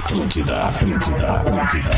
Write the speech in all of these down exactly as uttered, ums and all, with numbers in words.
Atlântida, Atlântida, Atlântida.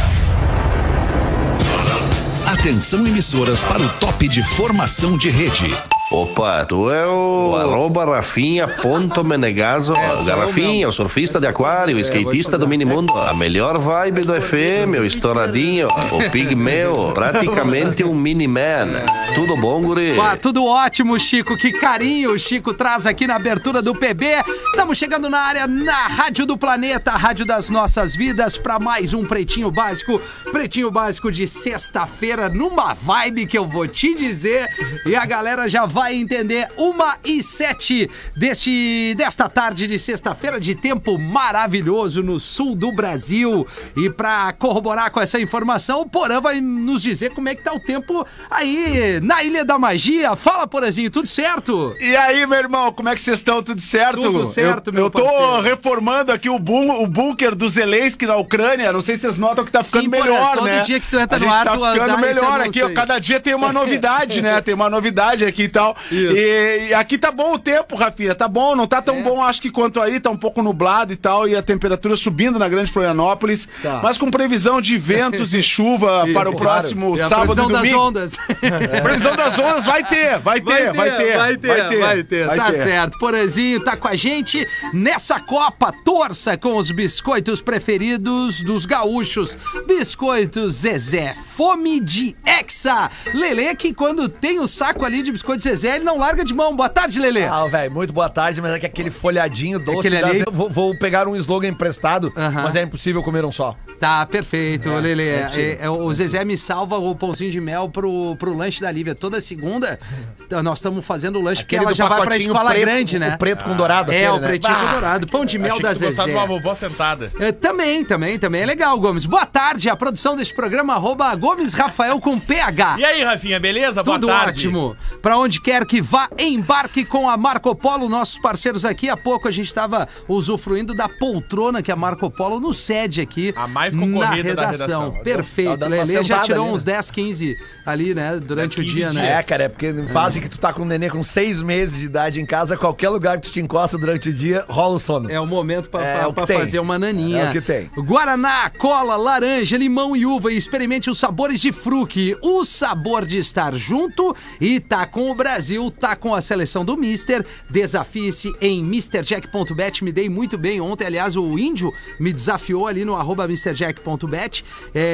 Atenção, emissoras, para o top de formação de rede. Opa, tu é o arroba Rafinha ponto Menegaso. É, Garrafinha, o surfista de aquário, o skatista do minimundo. A melhor vibe do F M, o estouradinho, o pigmeu, praticamente um mini-man. Tudo bom, guri? Ah, tudo ótimo, Chico. Que carinho o Chico traz aqui na abertura do P B. Estamos chegando na área, na Rádio do Planeta, a Rádio das Nossas Vidas, para mais um Pretinho Básico. Pretinho Básico de sexta-feira, numa vibe que eu vou te dizer. E a galera já vai vai entender. Uma e sete deste, desta tarde de sexta-feira, de tempo maravilhoso no sul do Brasil. E para corroborar com essa informação, o Porã vai nos dizer como é que tá o tempo aí na Ilha da Magia. Fala, Porãzinho, tudo certo? E aí, meu irmão, como é que vocês estão? Tudo certo? Tudo certo, eu, meu Eu tô parceiro. reformando aqui o, bun- o bunker do Zelensky na Ucrânia. Não sei se vocês notam que tá ficando Sim, Porã, melhor, todo né? dia que tu entra A no gente ar, tá tu ficando dá esse melhor anúncio aqui, ó. aí. Cada dia tem uma novidade, né? Tem uma novidade aqui e tal. E, e aqui tá bom o tempo, Rafinha, tá bom, não tá tão É. bom, acho que quanto aí, tá um pouco nublado e tal, e a temperatura subindo na Grande Florianópolis, Tá. mas com previsão de ventos e chuva E, para o claro, próximo e a sábado e previsão das domingo. ondas. Previsão das ondas vai ter, vai ter, vai ter, vai ter, vai ter, vai tá ter. certo. Porãzinho tá com a gente nessa Copa. Torça com os biscoitos preferidos dos gaúchos. Biscoitos Zezé, fome de Hexa. Lelê, que quando tem o saco ali de biscoito Zezé, ele não larga de mão. Boa tarde, Lelê. Ah, velho, muito boa tarde, mas é que aquele folhadinho doce... Aquele dá- ali- Vou, vou pegar um slogan emprestado, Aham. mas é impossível comer um só. Tá, perfeito, Lelê. é É, possível. é, o Zezé me salva o pãozinho de mel pro, pro lanche da Lívia. Toda segunda, t- nós estamos fazendo o lanche, porque Aquele ela do já vai pra pacotinho escola preto, grande, né? O preto com dourado. É, aquele, o né? pretinho Bah! com dourado. Pão de mel Achei da que tu gostava de Zezé. uma vovó sentada. É, também, também, também é legal, Gomes. Boa tarde, a produção desse programa, arroba Gomes Rafael com P H. E aí, Rafinha, beleza? Boa Tudo tarde. ótimo. Pra onde quer que vá, embarque com a Marco Polo, nossos parceiros aqui. Há pouco a gente estava usufruindo da poltrona que a Marco Polo nos cede aqui. A mais na concorrida da redação. redação. Perfeito. Tá dando uma Lelê já sentada tirou ali, uns né? dez, quinze ali, né? Durante o dez, dia, quinze né? É, cara, é porque em fase que tu tá com um nenê com seis meses de idade em casa, qualquer lugar que tu te encosta durante o dia, rola o sono. É o momento pra, É pra- o que pra tem. fazer uma naninha. É o que tem. Guaraná, cola, laranja, limão e uva. E experimente os sabores de fruque. O sabor de estar junto e tá com o Brasil, tá com a seleção do Mister. Desafie-se em mister jack ponto bet. Me dei muito bem ontem. Aliás, o Índio me desafiou ali no arroba mister jack ponto bet,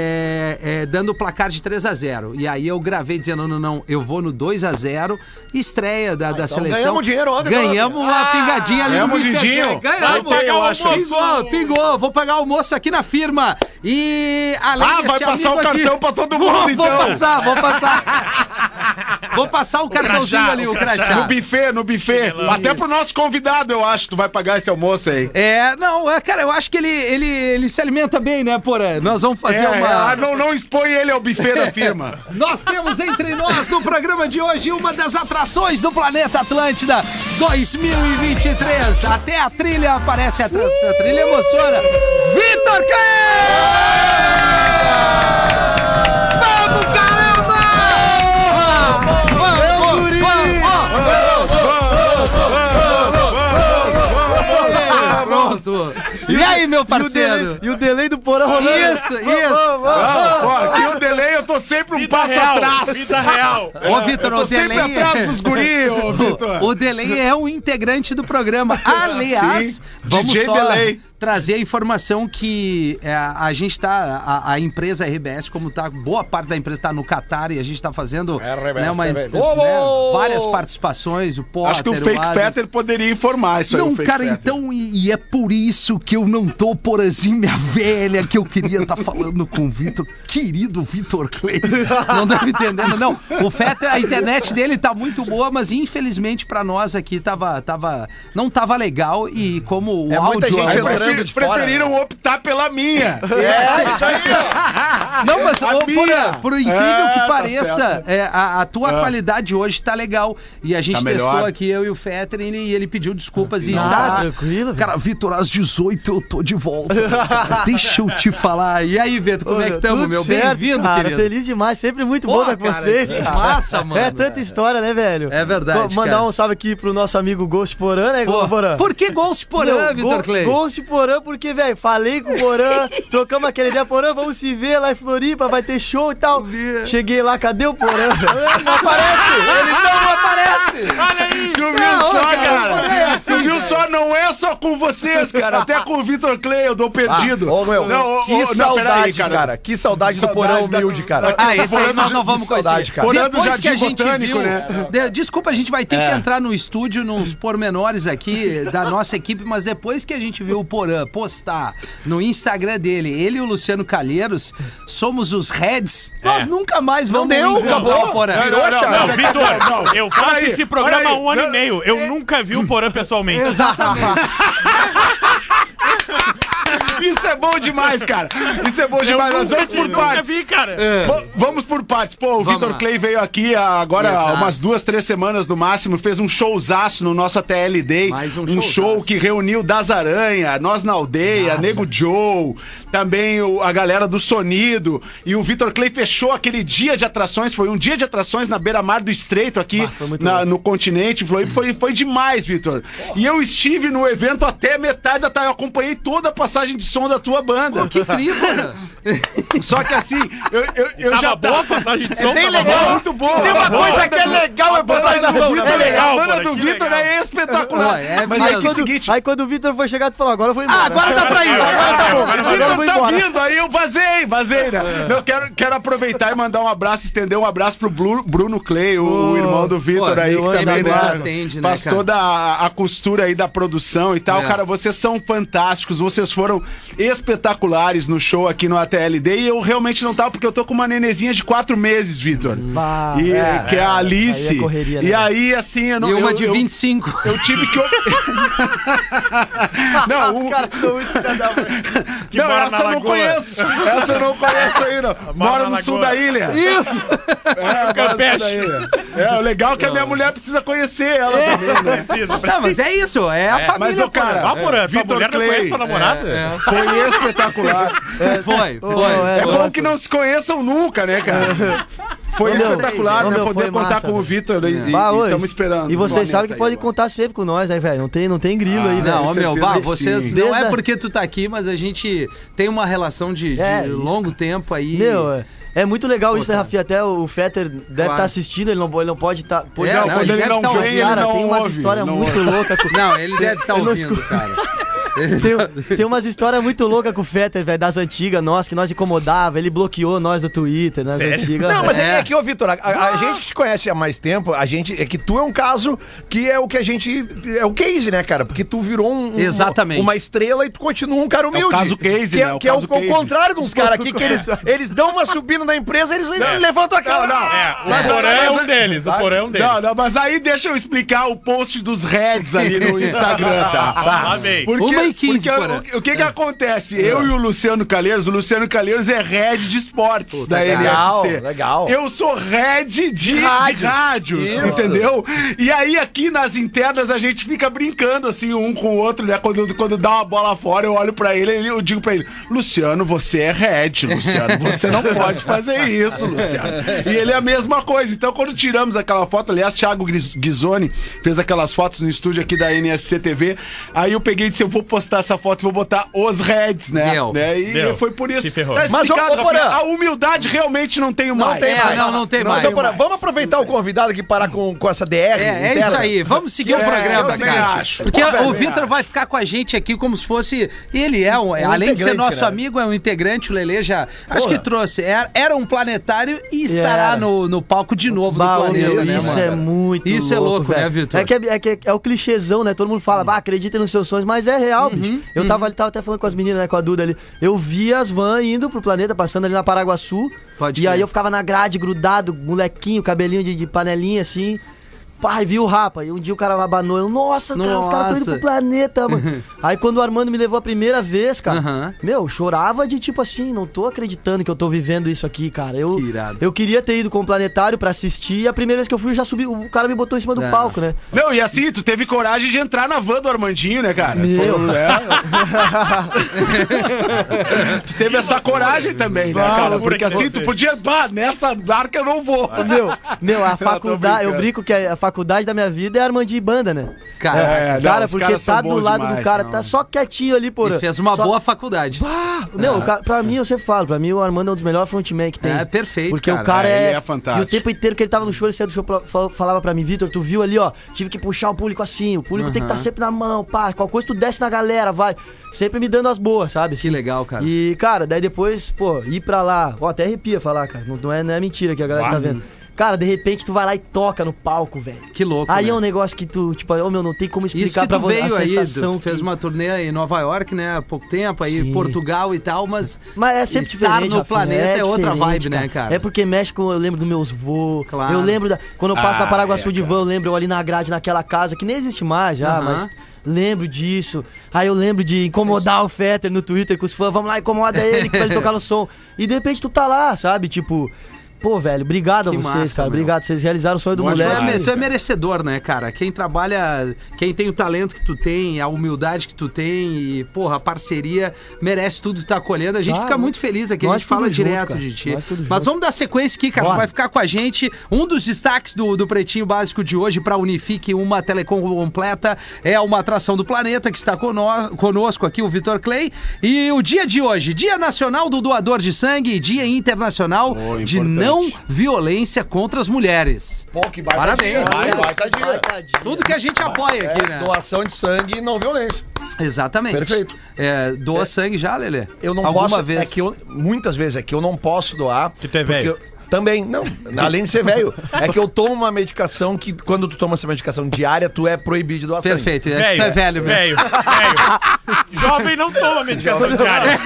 é, é, dando o placar de três a zero. E aí eu gravei dizendo, não, não, não, eu vou no dois a zero. Estreia da, da então seleção. ganhamos dinheiro ontem, Ganhamos uma Ah, pingadinha ali no ganhamos mister din-dinho. Jack. Vai Ganhamos. pagar o almoço. Pingou, pingou. Vou pagar o almoço aqui na firma. E além Ah, desse vai passar amigo o cartão aqui, pra todo vou, mundo, Vou então. passar, vou passar. Vou passar o cartãozinho crachá, ali, o o crachá. crachá. No buffet, no buffet. Chinelão. Até pro nosso convidado, eu acho, tu vai pagar esse almoço aí. É, não, é, cara, eu acho que ele, ele, ele se alimenta bem, né, Porã? Nós vamos fazer É, uma... é, não, não expõe ele ao buffet da firma. Nós temos entre nós, no programa de hoje, uma das atrações do Planeta Atlântida dois mil e vinte e três. Até a trilha aparece, a, tra- a trilha emociona. Vitor Clay! Vamos, caramba! Vamos, vamos, vamos! Pronto. E aí, meu parceiro? E o delay do Porã rolando. Isso, isso. Ah, pô, aqui o delay eu tô sempre um Vida passo real, atrás. vida real. Ô, Vitor, Eu o tô sempre delay... atrás dos guri, ô, Vitor. O Delay é um integrante do programa. Aliás, Sim, vamos D J só Delay. trazer a informação que é, a gente tá, a, a empresa R B S, como tá, boa parte da empresa tá no Catar e a gente tá fazendo R B S né, uma, T né, V. Oh! várias participações, o Potter, Acho que o Fake Adam. Fetter poderia informar isso aí. Não, o Fake cara, Fetter. então, e, e é por isso que eu não tô, Porazinho, minha velha, que eu queria estar falando com o Vitor, querido Vitor Clay. Não deve entendendo, não. O Fetter, a internet dele tá muito boa, mas infelizmente pra nós aqui tava, tava, não tava legal e como o É muita áudio... gente Aí entrando prefer- de fora, preferiram optar pela minha. É, isso aí, ó. Não, mas A ô, minha. Porã, por incrível É, que tá pareça, certo. é, a, a tua É. qualidade hoje tá legal. E a gente Tá testou melhor. aqui, eu e o Fetter, e ele, e ele pediu desculpas e Ah, está... tranquilo, Cara, Vitor, às dezoito eu tô de volta. Cara, deixa eu te falar. E aí, Vitor, como é que estamos, Tudo meu? certo, Bem-vindo, cara. querido. feliz demais, sempre muito Pô, bom estar com cara, vocês. que massa, mano. É tanta história, né, velho? É verdade, Mandar cara. um salve aqui pro nosso amigo Ghost Porã, né, Pô, Porã? por que Ghost Porã, Não, Vitor Go- Clay? Ghost Porã, porque, velho, falei com o Porã, trocamos aquela ideia, Porã, vamos se ver lá em Floripa, vai ter show e tal. Cheguei lá, cadê o Porã? Não aparece! Ele não aparece! Olha aí! Tu viu Não, só, cara, cara? é assim, tu viu cara. só? Não é só com vocês, cara. Até com o Vitor Clay eu dou perdido. Ah, ô, meu, Não, ô, que ô, não, saudade, peraí, cara. Que saudade do Saudade porão da- humilde, cara. Ah, esse aí Porã nós do não Jardim- vamos saudade, conhecer. cara. Porã do Depois que a Jardim gente Botânico, viu... né? de- desculpa, a gente vai ter que entrar no estúdio, nos pormenores aqui da nossa equipe, mas depois que a gente viu o Porã postar no Instagram dele, ele e o Luciano Calheiros, somos os Reds, nós nunca mais vamos deu, encontrar acabou. o Porã. Não, não, não, Não, não, Vitor, não, eu faço Olha aí, esse programa olha há aí. um ano Não, e meio. Eu nunca vi o Porã pessoalmente. Exatamente. Isso é bom demais, cara. Isso é bom Eu demais. Nós nunca, vamos te- por nunca partes. vi, cara. Pô, Vamos por partes. Pô, o Vamos Vitor lá. Clay veio aqui há agora há Exato. umas duas, três semanas no máximo, fez um showzaço no nosso A T L Day. Mais um um showzaço. show que reuniu Das Aranha, Nós na Aldeia, Nego Joe, também o- a galera do Sonido. E o Vitor Clay fechou aquele dia de atrações, foi um dia de atrações na beira-mar do Estreito aqui foi muito na- louco. no continente. Foi, foi, foi demais, Vitor. E eu estive no evento até metade da tarde, eu acompanhei toda a passagem de som da tua banda. Que incrível, né? Só que assim, eu, eu, eu Tava já boa a passagem de som? bem tava legal. boa? muito boa. Tem uma Boa. coisa que é legal, é passagem A de banda som. do É Vitor- legal. A banda cara, do que Vitor legal. é espetacular. Não, é Mas mesmo. é que é o Quando- seguinte. aí quando o Vitor foi chegar, tu falou, agora eu vou embora. Ah, agora dá pra ir. Agora tá bom, Agora agora eu vou Vitor tá embora. vindo, aí eu vazei, vazei, né? Eu quero, quero aproveitar e mandar um abraço, estender um abraço pro Blu- Bruno Clay, o, o irmão do Vitor Pô, aí, ele que sempre também, nos né? atende, né, Faz cara? toda a, a costura aí da produção e tal. É. Cara, vocês são fantásticos, vocês foram espetaculares no show aqui no A T L D e eu realmente não tava, porque eu tô com uma nenezinha de quatro meses, Vitor. Bah, E, é, que é a Alice. aí é correria, né? E aí, assim, eu não. E uma eu, de eu- vinte e cinco. Eu tive que. não, Os o- caras são muito filha da mãe. Que não, mora essa na eu não Lagoa. conheço. Essa eu não conheço aí, não. Mora na no sul Lagoa. da ilha. Isso! É, mora no sul Campeche. da ilha. É, o legal é que a minha mulher precisa conhecer ela também, né? Precisa, Não, mas é isso, é a família, Mas, ô, cara, Ah, Porã, tua Vitor mulher não Clay. conhece tua namorada? Foi espetacular. Foi, Ô, foi. É é, bom que não se conheçam nunca, né, cara? Foi Ô, meu, espetacular, ô, né? meu, Poder foi contar massa, com o velho. Vitor e Bah, ô, estamos esperando. E vocês Planeta sabem que aí pode agora. contar sempre com nós, né, velho? Não tem, não tem grilo aí, velho. Não, ô, meu, certeza bah, que vocês. sim. Não é Desde a- porque tu tá aqui, mas a gente tem uma relação de, de É, isso. longo tempo aí. Meu, é, é muito legal Pô, isso, né, cara. Rafinha? Até o Fetter deve estar Claro. assistindo, ele não, ele não pode estar. Tá, É, Não, não, quando ele ele deve não tá vem, ouvindo. ele cara, não tem umas ouve, histórias não muito ouve. loucas. Com... Não, ele deve estar Eu não ouvindo, escuto. cara. Tem, tem umas histórias muito loucas com o Fetter, velho, das antigas, nós, que nós incomodava, ele bloqueou nós do Twitter, nas Sério? antigas. Não, mas é, É. é que, ô, Vitor, a, a- a gente que te conhece há mais tempo, a gente, é que tu é um caso que é o que a gente. É o case, né, cara? Porque tu virou um, um- Exatamente. uma estrela e tu continua um cara humilde. caso case, que é, né? O que é o, caso o case. contrário de uns caras aqui que eles, eles dão uma subida na empresa, eles levantam a cara. Não, não. É, o Mas- Porã é mas- um deles, o Porã é um deles. Não, não, mas aí deixa eu explicar o post dos Reds ali no Instagram, tá? Lá vem. Porque, Uma e quinze, porque Porã. o, o que que acontece? Eu e o Luciano Calheiros, o Luciano Calheiros é Red de esportes da legal, N F C. legal. Eu sou Red de, de Rádios. rádios, Isso. entendeu? E aí aqui nas internas a gente fica brincando assim um com o outro, né? Quando, quando dá uma bola fora, eu olho pra ele e eu digo pra ele, Luciano, você é Red, Luciano, você não pode fazer isso, Luciano. E ele é a mesma coisa. Então quando tiramos aquela foto, aliás, Thiago Gris- Ghisoni fez aquelas fotos no estúdio aqui da N S C T V, aí eu peguei e disse, eu vou postar essa foto e vou botar os Reds, né? Deu. né? E Deu. foi por isso. Se ferrou. Tá Mas, ô, explicado, ô, Porã, Rafinha, a humildade realmente não tenho mais. tem É, mais. não, não tem Mas, mais. ô, Porã, vamos aproveitar o convidado aqui parar com, com essa D R. É, é interna? isso aí. Vamos seguir o É, programa, eu também cara. acho. Porque Eu o também Vitor acho. vai ficar com a gente aqui como se fosse. Ele é um. além de ser integrante, nosso né? amigo, é um integrante. O Lelê já. Acho Porra. que trouxe. Era, era um planetário e estará Era. no, no palco de novo Bah, do ô, planeta, meu, né, isso mano? é muito Isso é louco, né, velho? Vitor? É que é, é que é o clichêzão, né? Todo mundo fala, bah, acredita nos seus sonhos, mas é real, bicho. Eu tava, ali, tava até falando com as meninas, né, com a Duda ali. Eu via as vans indo pro planeta, passando ali na Paraguaçu. Pode e aí crer. eu ficava na grade, grudado, molequinho, cabelinho de, de panelinha, assim. pai, viu o Rapa. E um dia o cara abanou. Eu, nossa, cara, os caras estão indo pro planeta, mano. Aí quando o Armando me levou a primeira vez, cara, Uhum. meu, eu chorava de tipo assim, não tô acreditando que eu tô vivendo isso aqui, cara. Eu, Que irado. eu queria ter ido com o Planetário pra assistir. E a primeira vez que eu fui, eu já subi. O cara me botou em cima do É. palco, né? Não, e assim, tu teve coragem de entrar na van do Armandinho, né, cara? Meu. Foi, né? Tu teve essa coragem também, né, Bah, cara? loucura Porque que assim, você. tu podia, bah, nessa barca eu não vou. Meu, meu, a tô faculdade, eu brincando. brinco que a faculdade da minha vida é Armandinho e Banda, né? Cara, É, não, cara, os porque caras são tá do bons lado demais, do cara, não. tá só quietinho ali, porra. e fez uma Só- boa faculdade. Meu, o cara, pra mim, eu sempre falo, pra mim o Armando é um dos melhores frontman que tem. É, perfeito, Porque cara. o cara É, é... ele é fantástico. E o tempo inteiro que ele tava no show, ele saía do show, pra- fal- falava pra mim, Vitor, tu viu ali, ó, tive que puxar o público assim, o público tem que estar Uhum. sempre na mão, pá, qualquer coisa tu desce na galera, vai. Sempre me dando as boas, sabe? Que legal, cara. E, cara, daí depois, pô, ir pra lá, ó, até arrepia falar, cara, não, não é, não é mentira que a galera tá vendo. Cara, de repente tu vai lá e toca no palco, velho. Que louco, Aí né? é um negócio que tu, tipo, ô meu, não tem como explicar Isso que pra tu você veio a aí, sensação tu fez que- uma turnê em Nova York, né, há pouco tempo, aí Sim. Portugal e tal, mas... Mas é sempre estar diferente. no Rafinha, planeta é outra diferente, vibe, né, cara? É porque mexe com... Eu lembro dos meus voos. Claro. Eu lembro da... Quando eu passo Ah, na Paraguaçu é, de van, eu lembro eu ali na grade, naquela casa, que nem existe mais já, Aham. mas... Lembro disso. Aí eu lembro de incomodar o Fetter no Twitter com os fãs. Vamos lá, incomoda ele pra ele tocar no som. E de repente tu tá lá, sabe? Tipo... Pô, velho, obrigado Que a vocês, massa, cara. meu. Obrigado, vocês realizaram o sonho do Tu é, moleque. me- tu é merecedor, né, cara? Quem trabalha, quem tem o talento que tu tem, a humildade que tu tem e, porra, a parceria, merece tudo que tá colhendo. A gente Claro. fica muito feliz aqui, a Nós gente fala tudo junto, direto cara. de ti. Nós tudo Mas junto. vamos dar sequência aqui, cara. Tu Bora. vai ficar com a gente. Um dos destaques do, do Pretinho Básico de hoje pra Unifique, uma telecom completa, é uma atração do planeta que está cono- conosco aqui, o Vitor Clay. E o dia de hoje, Dia Nacional do Doador de Sangue e Dia Internacional Oh, de importante. Não Violência contra as mulheres. Pô, que baita Parabéns, dia, né? baita dia. Baita dia. Tudo que a gente apoia aqui, É, né? doação de sangue e não violência. Exatamente. Perfeito. É, doa sangue já, Lelê? Eu não Alguma posso. vez? É que eu, muitas vezes é que eu não posso doar. Que tu é porque velho. eu- Também, não. Além de ser velho. É que eu tomo uma medicação que, quando tu toma essa medicação diária, tu é proibido de doar sangue. Perfeito. É, tu é velho mesmo. Velho, velho. Jovem não toma medicação diária.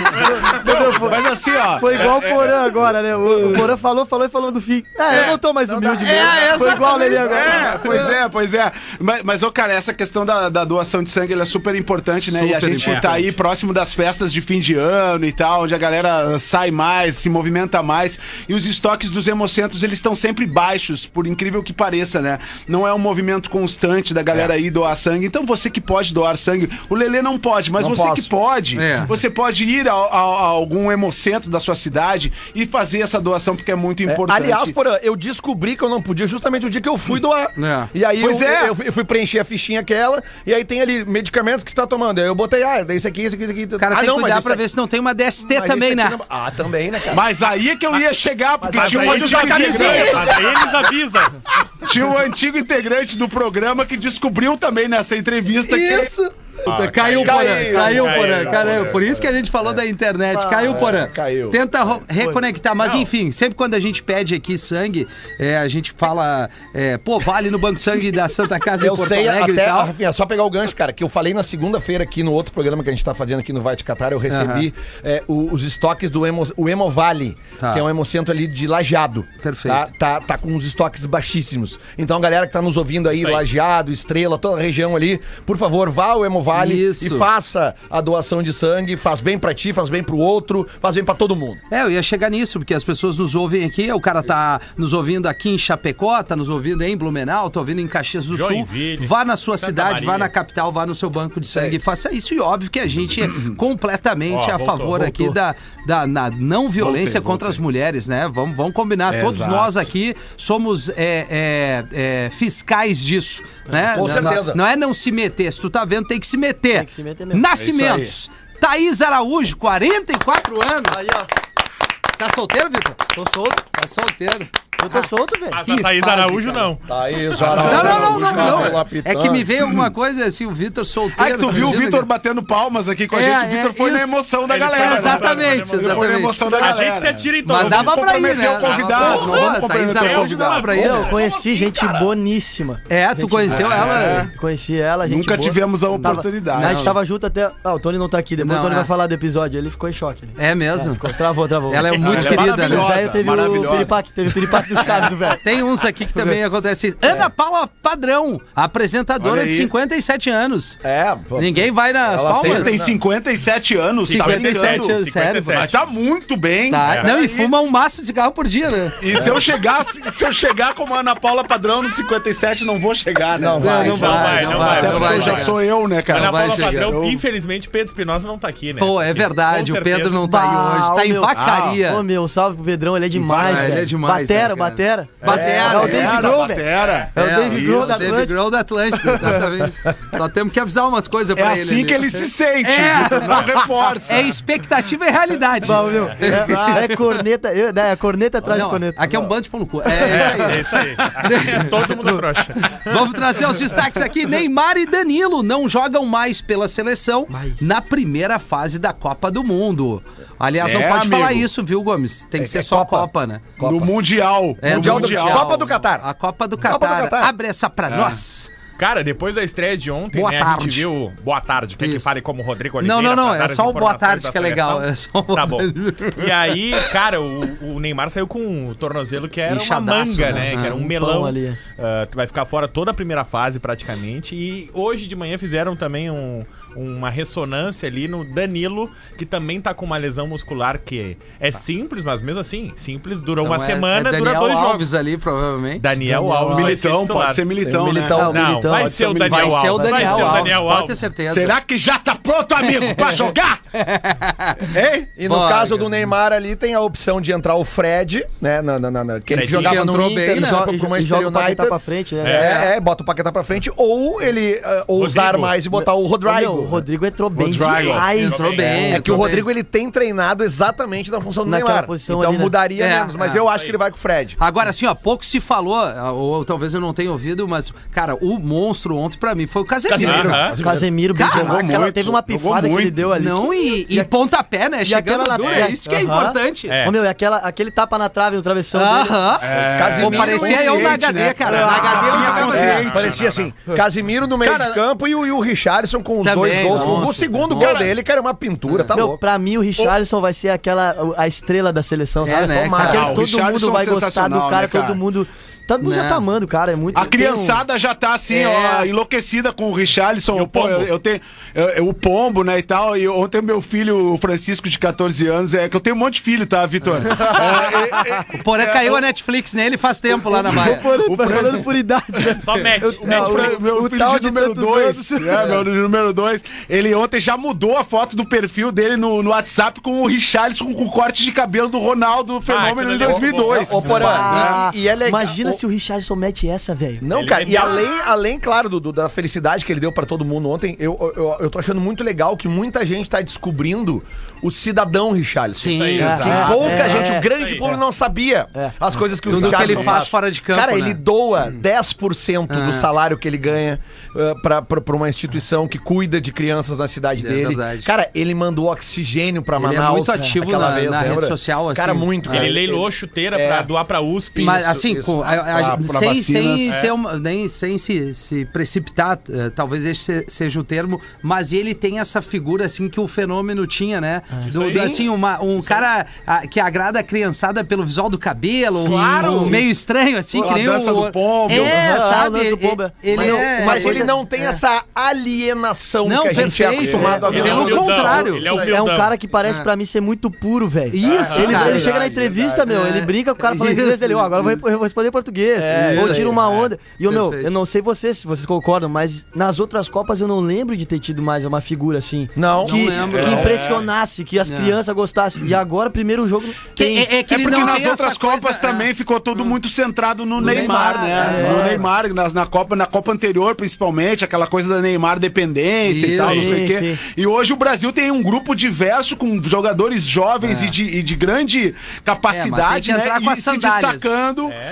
Mas assim, ó. Foi igual o Porã agora, né? O, o Porã falou, falou e falou do fim. Ah, eu não tô mais humilde mesmo. é, Foi igual o Lelê agora. É, pois é, pois é. Mas, mas ô, cara, essa questão da, da doação de sangue ela é super importante, né? e a Super gente importante. tá aí próximo das festas de fim de ano e tal, onde a galera sai mais, se movimenta mais. E os estoques dos hemocentros, eles estão sempre baixos, por incrível que pareça, né? Não é um movimento constante da galera aí doar sangue. Então você que pode doar sangue, o Lelê não pode, mas Não você posso. que pode, É. você pode ir a, a- a algum hemocentro da sua cidade e fazer essa doação, porque é muito É, importante. aliás, Porã, eu descobri que eu não podia justamente o dia que eu fui doar. É. E aí Pois eu, é. eu, eu fui preencher a fichinha aquela, e aí tem ali medicamentos que você tá tomando. Aí eu botei, ah, esse aqui, esse aqui, esse aqui. O cara ah, tem que cuidar mas pra esse ver se não tem uma D S T aqui- mas também, esse né? aqui não- Ah, também, né, cara? Mas aí é que eu ia chegar, porque Mas tinha aí um tu antigo vai camisinha. integrante. Mas aí eles avisam. Tinha um antigo integrante do programa que descobriu também nessa entrevista Isso! Puta, Ah, caiu, caiu, Porã, caiu, caiu, caiu, Porã, caiu, caiu. caiu. Por isso que a gente falou da internet, caiu, Porã. caiu. Tenta ro- reconectar, mas enfim, sempre quando a gente pede aqui sangue, é, a gente fala, é, pô, vale no Banco de Sangue da Santa Casa em Eu Porto sei, Alegre até, e tal. Rafinha, só pegar o gancho, cara, que eu falei na segunda-feira aqui no outro programa que a gente tá fazendo aqui no Vai Te Catar, eu recebi é, o- os estoques do Emo, o Hemovale, Tá. que é um hemocentro ali de Lajeado. Perfeito. Tá, tá, tá com uns estoques baixíssimos. Então, a galera que tá nos ouvindo aí, Isso aí. Lajeado, Estrela, toda a região ali, por favor, vá ao Hemovale Isso. e faça a doação de sangue, faz bem pra ti, faz bem pro outro, faz bem pra todo mundo. É, eu ia chegar nisso, porque as pessoas nos ouvem aqui, o cara tá nos ouvindo aqui em Chapecó, tá nos ouvindo em Blumenau, tá ouvindo em Caxias do Joinville, Sul. Vá na sua Santa cidade, Maria. vá na capital, vá no seu banco de sangue e faça isso. E óbvio que a gente é completamente Ó, a voltou, favor aqui voltou. da, da na não violência Voltei, contra as mulheres, né? Vamos, vamos combinar. Todos Exato. nós aqui somos é, é, é, fiscais disso, né? Com Não- certeza. Não é não se meter. Se tu tá vendo, tem que se meter. Tem que se meter mesmo. Nascimentos. Thaís Araújo, quarenta e quatro anos. Aí, ó. Tá solteiro, Vitor? Tô solto. Tá solteiro. Eu tô solto, velho. Mas Que a Thaís fase, Araújo cara. não. Tá aí, Não, não, não, não, não. Lapitã. É que me veio alguma coisa assim, o Vitor solteiro. Ah, que tu viu o imagina Vitor que- batendo palmas aqui com a É, gente. O Vitor é, foi na isso. emoção da Ele galera. foi né? Exatamente, Ele Ele foi na exatamente. emoção da A galera. gente se atira em todo. Mas dava pra ir, comprometer né? o convidado, Pô, não vamos Thaís comprometer o Araújo dava convidado. pra ir. Eu conheci gente boníssima. É, tu conheceu ela? Conheci ela, gente Nunca boa. tivemos a Tava- oportunidade. A gente tava junto até... Ah, o Tony não tá aqui, depois Não, o Tony é. vai falar do episódio. Ele ficou em choque. Ele. É mesmo? Ficou- Travou, travou. Ela é muito ela é querida, né? O maravilhosa. velho teve o maravilhosa. piripaque, teve o piripaque do Chaves, velho. Tem uns aqui que também acontece. Ana Paula Padrão, apresentadora Olha de aí. cinquenta e sete anos. É, pô. Ninguém vai nas Ela palmas? Ele tem cinquenta e sete anos, tá cinquenta e sete brincando. anos, sério. Mas tá muito bem. Tá. É. Não, e fuma um maço de cigarro por dia, né? E se eu chegar, se, se eu chegar como a Ana Paula Padrão no cinquenta e sete, não vou chegar, né? Não vai, não não vai, não vai, Até não porque vai eu já chegar. sou eu, né, cara? Ana vai Paula chegar. Padrão, Eu- infelizmente, Pedro Espinosa não tá aqui, né? Pô, é verdade, Com o Pedro certeza. não tá aí hoje. Tá Bah, em meu. vacaria. Ô, meu, salve pro Pedrão, ele é demais, Ah, velho. ele é demais, Batera, né, cara? batera. Batera, É, o Dave Batera, Grohl, velho. batera. É o Dave isso, Grohl da Dave Atlântida. Grohl da Atlântida, exatamente. Só temos que avisar umas coisas É pra ele. assim ali. que ele se sente, É. Vitor, não reforça. É expectativa e realidade. Bah, meu, é, é corneta, eu, é corneta atrás Não, de corneta. aqui é um bando de pão no cu. É isso aí. É isso aí. Todo mundo trouxa. Vamos trazer os destaques aqui. Neymar e Danilo não jogam mais pela seleção na primeira fase da Copa do Mundo. Aliás, não É, pode amigo. falar isso, viu, Gomes? Tem que É- ser é só Copa. Copa, né? No Mundial. É, Mundial do do- Copa do Catar. A Copa do Copa do Catar. Catar. Abre essa pra nós. Cara, depois da estreia de ontem, Boa né, a tarde. gente viu... Boa tarde. Quer que Isso. fale como Rodrigo Não, Oliveira? não, não. pra dar É as só o boa informações tarde da que é legal. seleção? É só o Tá bom. E aí, cara, o, o Neymar saiu com um tornozelo que era Inchadaço, uma manga, né? né? Que era Ah, um um melão. pão ali. Ah, tu vai ficar fora toda a primeira fase, praticamente. E hoje de manhã fizeram também um- uma ressonância ali no Danilo, que também tá com uma lesão muscular que é simples, mas mesmo assim, simples, durou Então uma é- semana, é dura Daniel dois Alves jogos. ali, provavelmente. Daniel Daniel Alves vai ser Militão, titular. pode ser Militão, É, né? Militão. Não, Militão, vai pode ser o ser o Daniel Vai ser o Alves. Daniel Vai ser o Alves, Daniel pode ter Alves. certeza. Será que já tá pronto, amigo, pra jogar? Hein? E no Bora. caso do Neymar ali, tem a opção de entrar o Fred, né? Na, na, na, na- que ele Fredinho. jogava no Entrou Inter, bem, ele né? joga E pro jo- e Manchester joga o Paquetá United. pra frente, né? É, é, bota o Paquetá pra frente, ou ele uh, ousar mais e botar o Ô, Rodrigo. meu, o Rodrigo entrou bem Rodrigo. demais. Entrou bem. É que entrou o Rodrigo bem. ele tem treinado exatamente na função do Naquela Neymar. posição Então ali, né? mudaria É, menos, mas é. eu acho que ele vai com o Fred. Agora, assim, ó, pouco se falou, ou talvez eu não tenha ouvido, mas, cara, o monstro ontem pra mim foi o Casemiro. Aham. O Casemiro bem Cara, jogou jogou aquela, muito, teve uma jogou pifada que ele muito. deu ali. Não, e, e pontapé, né? Chegando aquela duro, na- é isso que é Aham. importante. É. Ô, meu, e aquela, aquele tapa na trave, no travessão dele. Aham. Casemiro Pô, parecia eu na consciente, H D, né? cara. Na H D eu Ah, jogava É, assim. parecia assim, Casimiro no meio Cara, de campo e o, e o Richarlison com os Também, dois gols. nossa, o segundo nossa. gol dele, cara, é uma pintura, tá Meu, louco. pra mim o Richarlison vai ser aquela, a estrela da seleção, É, sabe? né, Tomara. cara? Aquele Ah, o que todo mundo Richarlison vai gostar do sensacional, cara, né, cara? todo mundo... Todo mundo Né? já tá amando, cara. É muito, A tem criançada já tá assim, É. ó, enlouquecida com o Richarlison. E o Pô, Pombo. eu, eu tenho eu- eu- o Pombo, né, e tal. E ontem meu filho, o Francisco, de catorze anos, é que eu tenho um monte de filho, tá, Vitor? É, é, é, O Porã caiu a Netflix nele faz tempo lá na Baia. O tá falando por idade, né? Só mete. Eu- mete não, pra- o- meu o filho tal de de número tantos dois, anos. é, meu de número dois, ele ontem já mudou a foto do perfil dele no, no WhatsApp com o Richarlison com o corte de cabelo do Ronaldo Fenômeno aquilo em ali é dois mil e dois. Ô, Porã, Ah, e, e é legal. Imagina o- se o Richarlison mete essa, velho. Não, Ele cara, e vendeu. além, além, claro, do, do- da felicidade que ele deu pra todo mundo ontem, eu, eu, eu tô achando muito legal que muita gente tá descobrindo o cidadão Richarlison. Sim, aí, exato. é. Pouca É, gente, é, o grande isso aí. público não sabia as coisas que o Tudo que Richarlison ele faz fora de campo, Cara, né? ele doa dez por cento do Ah. salário que ele ganha uh, pra, pra, pra uma instituição que cuida de crianças na cidade É dele. verdade. Cara, ele mandou oxigênio pra Ele é Manaus. muito ativo aquela na- vez, na lembra? rede social, assim. Cara, muito. Ele cara. leilou chuteira É. pra doar pra U S P. Mas Isso, assim, isso. com, a- a- Pra- pra sem, vacinas. sem, É. ter uma, nem, sem se, se precipitar, eh, talvez esse se- seja o termo, mas ele tem essa figura assim que o Fenômeno tinha, né? Do, Sim. assim, uma, um cara ah, que agrada a criançada pelo visual do cabelo, Claro. um meio estranho, assim, Pô, que a nem dança o. do pombo. É, Aham, o sabe? lance do Ele, pombo. ele Mas, é. mas uma ele coisa- não tem é. essa alienação Não, que a gente é perfeito. acostumado a ver. Ele é Pelo humildão, contrário. Ele é É um humildão. cara que parece É. pra mim ser muito puro, velho. Isso, ele, cara. ele chega na Verdade, entrevista, meu, verdade. ele brinca com o cara falando Isso, inglês dele, ó, agora eu vou, isso. eu vou responder em português. É, ou isso tira aí, uma é. onda. E, ô, meu, Perfeito. eu não sei vocês, se vocês concordam, mas nas outras Copas eu não lembro de ter tido mais uma figura assim. Não. Que, Não lembro. que É. impressionasse, que as É. crianças gostassem. E agora, primeiro jogo. Que- tem- é, é que É ele porque não nas tem outras essa Copas coisa, também é. ficou tudo muito centrado no, No Neymar, Neymar, né? é. No Neymar, nas, na Copa, na Copa anterior, principalmente, aquela coisa da Neymar dependência e Isso, tal, não sei sim, o quê. sim. E hoje o Brasil tem um grupo diverso com jogadores jovens É. e, de, e de grande É, mas tem capacidade, que entrar né? com E as se sandálias. destacando, É. se Sandálias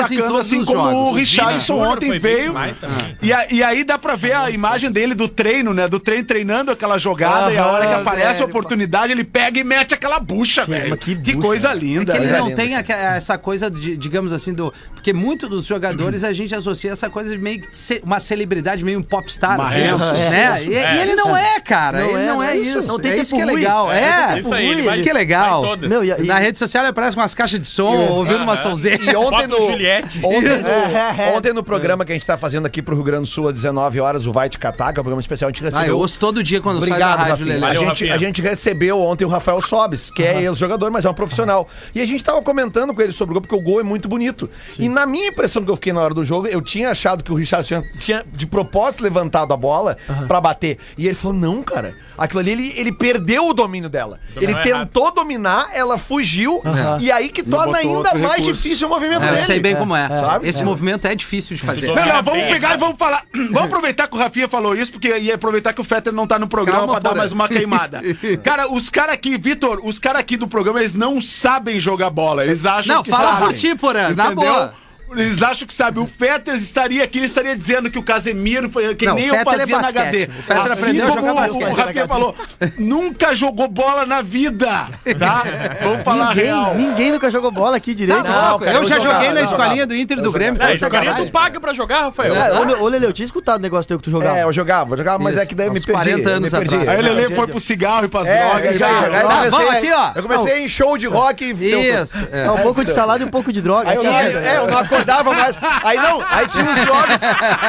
destacando, todos assim os como jogos. o Richarlison Júnior ontem foi bem veio. demais também. E, a- e aí dá pra ver a imagem dele do treino, né? Do treino treinando aquela jogada e a hora que Aham, aparece velho. a oportunidade, ele pega e mete aquela bucha, velho. mas que Que bucha, coisa É linda. que ele né? não tem aque- essa coisa, de, digamos assim, do. Porque muitos dos jogadores a gente associa essa coisa de meio que ce- uma celebridade, meio um popstar, assim, Marrento. né? E, e ele não é, cara. Não ele é, não não é é isso. isso. Não tem é tempo isso que é ruim. legal. É, É, tem Isso aí, ele ruim, vai, isso que é legal. vai todas. Meu, e, e, Na rede social ele aparece com umas caixas de som, ouvindo uma sonzeira. E ontem Bota no, o Juliette. ontem, Isso. no, ontem no programa que a gente tá fazendo aqui pro Rio Grande do Sul às dezenove horas, o Vai Te Catar, que é um programa especial, a gente Ah, eu recebeu... ouço todo dia quando Obrigado, sai da rádio, Rafinha. Lelê. A, Valeu, gente, Rafinha. a gente recebeu ontem o Rafael Sobes, que é ex-jogador, mas é um profissional. E a gente tava comentando com ele sobre o gol, porque o gol é muito bonito. E na minha impressão que eu fiquei na hora do jogo, eu tinha achado que o Richard tinha, tinha de propósito levantado a bola pra bater. E ele falou, não, cara. Aquilo ali, ele, ele perdeu o domínio dela. Dominou ele errado. tentou dominar, ela fugiu. E aí que torna botou ainda outro mais recurso. difícil o movimento É, eu dele. sei bem como é. Sabe? Esse movimento é difícil de fazer. Tô- Não, não, Bem vamos pegar errado. e vamos falar. Vamos aproveitar que o Rafinha falou isso, porque ia aproveitar que o Fetter não tá no programa Calma, pra dar porra. mais uma queimada. Cara, os caras aqui, Vitor, os caras aqui do programa, eles não sabem jogar bola. Eles acham Não, que fala sabem. por ti, Porã, na Entendeu? boa. Eles acham que sabe. O Fetter estaria aqui, ele estaria dizendo que o Casemiro foi que Não, nem o eu Fetter é fazia na basquete. H D. O Fetter aprendeu a como jogar o- basquete. O Rafinha falou, nunca jogou bola na vida, tá? Vamos falar a ninguém, real. ninguém nunca jogou bola aqui direito. Tá louco, cara, eu eu já jogava, joguei na eu escolinha jogava. do Inter e do Grêmio. É, cara, escolinha sacanagem. tu paga pra jogar, Rafael. É, ô, meu- ô, Lele, eu tinha escutado o negócio teu que tu jogava. É, eu jogava, eu jogava, mas Isso, é que daí eu me uns perdi. quarenta eu anos me perdi. atrás. Aí o Não, Lelê não, foi não. pro cigarro e pras É, drogas. aí e já, vai- aí eu Tá, comecei, vamos aqui, ó. Eu comecei em show de rock e deu- Isso. é. É, um pouco de salada e um pouco de droga. Aí eu, essa não, é a vida. é, eu não acordava mais. Aí não, aí tinha uns jogos.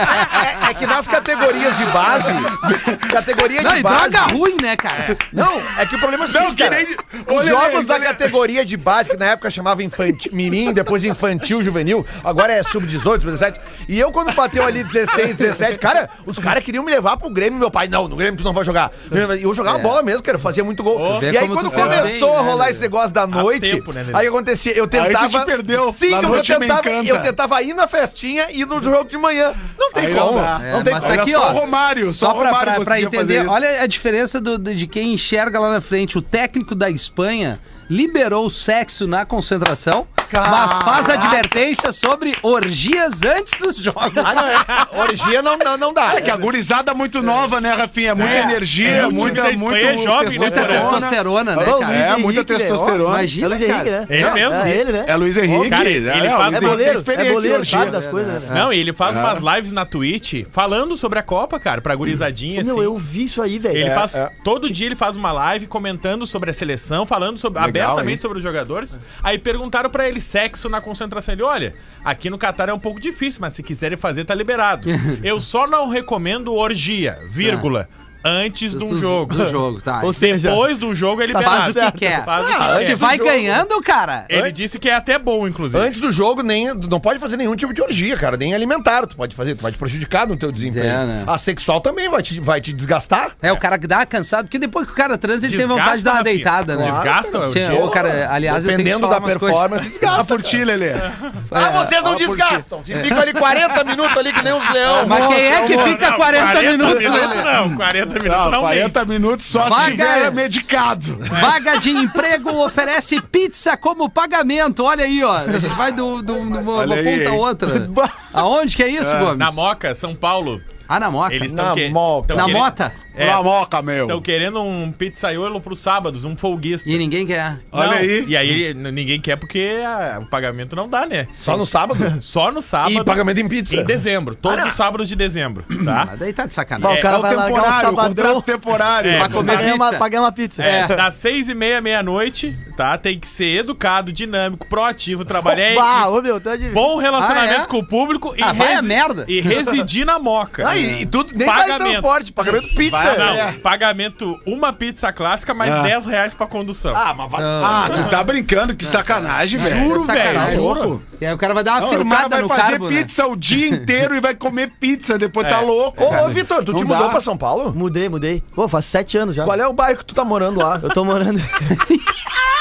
É, é que nas categorias de base. Categoria Não, de e base. droga ruim, né, cara? Não, é que o problema é o seguinte, Não, que cara, nem- os Olha, jogos olha, da olha. categoria de base, que na época chamava infantil, mirim, depois infantil, juvenil, agora é sub dezoito, sub dezessete. E eu, quando bateu ali dezesseis, dezessete, cara, os caras queriam me levar pro Grêmio, meu pai, não, no Grêmio tu não vai jogar. E eu jogava É. bola mesmo, cara, eu fazia muito gol. Oh. Vê E aí, como quando tu fez começou bem, a né, rolar Lelê? esse negócio da noite, tempo, né, Lelê? aí acontecia, eu Aí tu tentava... te perdeu. Sim, Na eu noite me tentava, encanta. eu tentava ir na festinha e ir no jogo de manhã. Não tem Aí não como. dá. Não, É, tem mas como. tá aqui, Só ó. o Romário, só, Só o pra, Romário pra, pra conseguia fazer entender, isso. olha a diferença do- de de quem enxerga lá na frente. O técnico da Espanha liberou o sexo na concentração, mas faz advertência sobre orgias antes dos jogos. Ah, não, é. Orgia não, não, não dá. É que a gurizada muito nova, né, Rafinha? Muita É. energia, É, o time muita, da Espanha muito é jovem, né, Muita cara? testosterona, né, Ô, cara? Luiz É, muita Henrique, né? testosterona. Ó, Imagina, é o Luiz Henrique, cara. né? Ele mesmo. É ele, né? É Luiz Henrique. Cara, ele é, faz- o É Luiz Henrique boleiro, tem é experiência em boleiro, orgia. sabe das coisas, né? Não, e ele faz É. umas lives na Twitch falando sobre a Copa, cara, pra gurizadinha, Meu, assim. eu vi isso aí, velho. Ele É, faz. é. Todo dia ele faz uma live comentando sobre a seleção, falando sobre, Legal, abertamente hein? sobre os jogadores. Aí perguntaram pra ele sexo na concentração. Ele, olha, aqui no Catar é um pouco difícil, mas se quiserem fazer, tá liberado. Eu só não recomendo orgia, vírgula. Antes de um Do- jogo. Do jogo, tá. Ou seja, Depois do jogo é liberado. Faz o que quer. Faz o que Ah, quer. Se do vai jogo. ganhando, cara. Ele disse que é até bom, inclusive. Antes do jogo, nem, não pode fazer nenhum tipo de orgia, cara. Nem alimentar tu pode fazer. Tu vai te prejudicar no teu desempenho. É, né? A sexual também vai te, vai te desgastar. É, o cara que dá cansado, porque depois que o cara transa, ele tem Desgasta, vontade de dar uma Rafinha. deitada, né? Desgasta, Sim, orgia. ô, cara, aliás, eu tenho que te Dependendo falar da umas coisas. performance, desgasta. Ah, por ti, Lelê. Ah, vocês não Ah, por desgastam. Se fica ali quarenta minutos ali que nem uns leão. Mas quem é que Nossa, fica Não, quarenta minutos, Lelê? Não, quarenta minutos Não, não, quarenta minutos só Vaga- se tiver medicado. Vaga de emprego oferece pizza como pagamento. Olha aí, ó. A gente vai do, do, de uma, Olha uma aí, ponta a hein? outra. Aonde que é isso, Gomes? Na Moca, São Paulo. Ah, na Moca. Eles Na estão que... Moca. tão Na querendo- Mota? É, Na moca, meu. estão querendo um pizzaiolo pros sábados, um folguista. E ninguém quer. Olha Não, aí. E aí n- ninguém quer porque ah, o pagamento não dá, né? Só no sábado? Só no sábado. E pagamento em pizza. Em dezembro. Todos os sábados de dezembro, tá? Mas daí tá de Bom, sacanagem. o cara É o vai largar o temporário, o sabadão contrato temporário. É, Pra comer pra ganhar uma, pizza. pra ganhar uma pizza. É, das seis e meia, meia-noite, tá? Tem que ser educado, dinâmico, proativo, trabalhar em Bah, ô meu, tá de... bom relacionamento Ah, é? com o público e, Ah, vai a merda. e residir na Moca. Ah, e, e tudo, nem vale Pagamento. transporte, pagamento pizza. Vai- não, É. pagamento uma pizza clássica mais Ah. dez reais pra condução. Ah, mas vai... Ah, tu tá brincando, que sacanagem, velho. Juro, é sacanagem. velho, juro. E aí o cara vai dar uma Não, firmada o cara no vai fazer carbo, né? pizza o dia inteiro e vai comer pizza, depois tá É. louco. Ô, cara. ô, Vitor, tu Não te dá. mudou pra São Paulo? Mudei, mudei. Pô, faz sete anos já. Qual é o bairro que tu tá morando lá? Eu tô morando...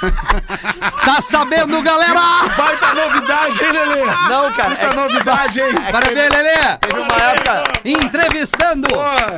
Tá sabendo, galera? Baita novidade, hein, Lelê? Não, cara. Baita É que, novidade, hein? Parabéns, Lelê! teve uma época. Entrevistando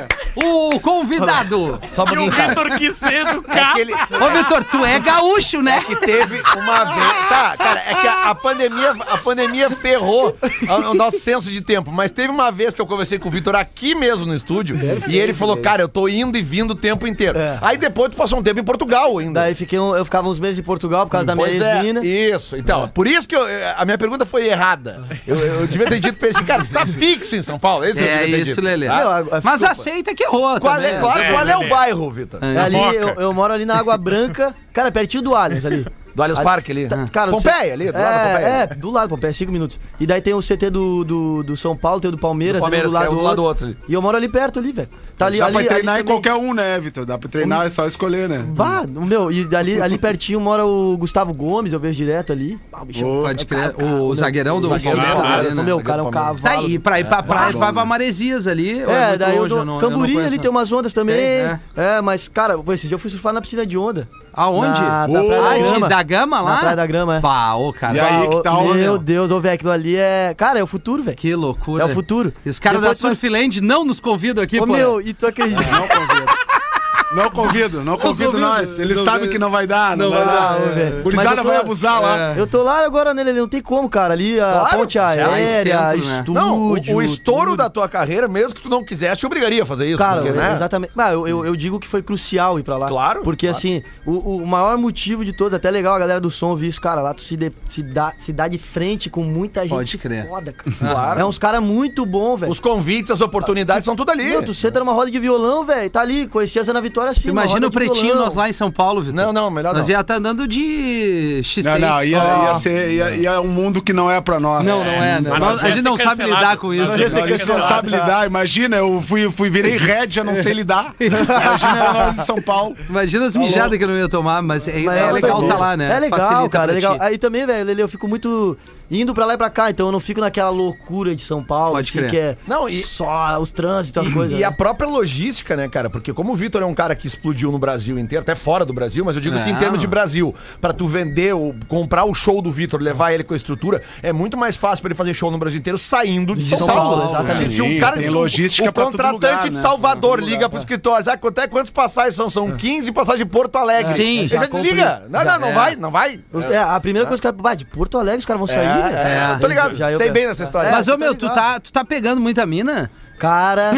Pô, o convidado. Só um E o pouquinho, cara. Vitor quis ser É educado. que ele, Ô, Vitor, tu é gaúcho, né? que teve uma vez. Tá, cara, é que a, a pandemia, a pandemia ferrou o, o nosso senso de tempo. Mas teve uma vez que eu conversei com o Vitor aqui mesmo no estúdio. E ele falou, cara, eu tô indo e vindo o tempo inteiro. É. Aí depois tu passou um tempo em Portugal ainda. Daí fiquei um- eu ficava uns meses em Portugal por causa da minha Pois é, ex-mina. isso. Então, por isso que eu- a minha pergunta foi errada. Eu, eu devia ter dito pra ele assim, cara, tu tá fixo em São Paulo. É isso que eu É devia ter isso, dito. Lelê. Tá? Meu, a- a- Mas desculpa. aceita que errou Qual também. é, claro, É, qual é o Lelê. bairro, Vitor? É ali, Moca. eu, eu moro ali na Água Branca, cara, pertinho do Allianz ali. Do Allianz Ah, Parque ali. Tá, cara, Pompeia, ali, do lado da é, Pompeia. É, do lado da Pompeia, cinco minutos. E daí tem o C T do, do, do São Paulo, tem o do Palmeiras, Do Palmeiras, ali que é um do lado do outro ali. E eu moro ali perto ali, velho. Tá ali, dá ali, pra treinar ali em também. qualquer um, né, Vitor? Dá pra treinar, é só escolher, né? Bah, o meu, e ali, ali pertinho mora o Gustavo Gomes, eu vejo direto ali. Ah, o bichão. Pode crer. O zagueirão do Zagueirão, Palmeiras ali, o né? meu, cara é um cavalo. Tá aí, pra ir pra praia, tu vai pra Maresias ali. ou É, muito daí eu longe? dou, não- Camburi não ali conheço. tem umas ondas também. Tem, é. mas, cara, pô, esse dia eu fui surfar na piscina de onda. Aonde? Na, na Ô, Praia Ah, da de, Grama. da Gama lá? Na Praia da Grama, é. Pá, ô, cara. E aí, Ah, que ô, tal, meu meu? Deus, ô, velho, aquilo ali é... Cara, é o futuro, velho. Que loucura. É o futuro. E os caras da Depois tu vai- Surfland não nos convidam aqui, Ô, pô. meu, e tu acredita? Não convido. Não convido, não convido convido. nós. Ele Não sabe vai- que não vai dar, não, não vai vai dar. dar, é. velho. Mas Gurizada eu tô- vai abusar lá. Eu tô lá agora nele, ali não tem como, cara. Ali a Claro, ponte já é aérea, centro, né? estúdio... Não, o, o estouro tudo. da tua carreira, mesmo que tu não quisesse, te obrigaria a fazer isso. Cara, porque, né? exatamente. Mas eu, eu, eu digo que foi crucial ir pra lá. Claro, Porque, claro. assim, o, o maior motivo de todos, até legal a galera do som ouvir isso, cara, lá tu se, de- se, dá, se dá de frente com muita gente Pode crer. foda, cara. Claro. É uns caras muito bons, velho. Os convites, as oportunidades são tudo ali. Meu, tu senta numa roda de violão, velho, tá ali, conhecia essa na Vitória assim. uma Imagina roda o de pretinho violão. nós lá em São Paulo, Vitor. Não, não, melhor Nós não. ia estar andando de X Não, seis. não, ia, Ó. ia ser ia, ia um mundo que não é pra nós. Não, não é, né? Mas Nós- nós a ia gente ser não sabe cancelado. lidar com isso. Nós ia Não, a gente não sabe lidar. Imagina, eu fui, fui virei red, já não sei lidar. Imagina nós em São Paulo. Imagina as mijadas que eu não ia tomar, mas é, Mas é uma legal doideira. tá lá, né? É legal, Facilita cara, pra é legal. ti. Aí também, velho, Lele, eu fico muito indo pra lá e pra cá, então eu não fico naquela loucura de São Paulo, Pode assim, crer. que é Não, e- só os trânsitos, as E, coisas. e a né? própria logística, né, cara? Porque como o Vitor é um cara que explodiu no Brasil inteiro, até fora do Brasil, mas eu digo assim, em Não. termos de Brasil, pra tu vender, o, comprar o show do Vitor, levar ele com a estrutura, é muito mais fácil pra ele fazer show no Brasil inteiro saindo de São, São Paulo. Paulo, exatamente. Se, se Sim, um cara tem de logística o pra todo contratante lugar, de né? Salvador Pra todo liga lugar. pro escritório, ah, quanto é, quantos passagens são? São quinze passagens de Porto Alegre. Sim. Ele já, Já desliga. compre- Não, já- não, não é. vai, não vai. É, a primeira coisa que os caras. Ah, de Porto Alegre os caras vão sair, velho. É, É. tô ligado. Já eu Sei penso. bem nessa história. Mas, É, ô tu tá meu, tu ligado. tá, tu tá pegando muita mina? Cara.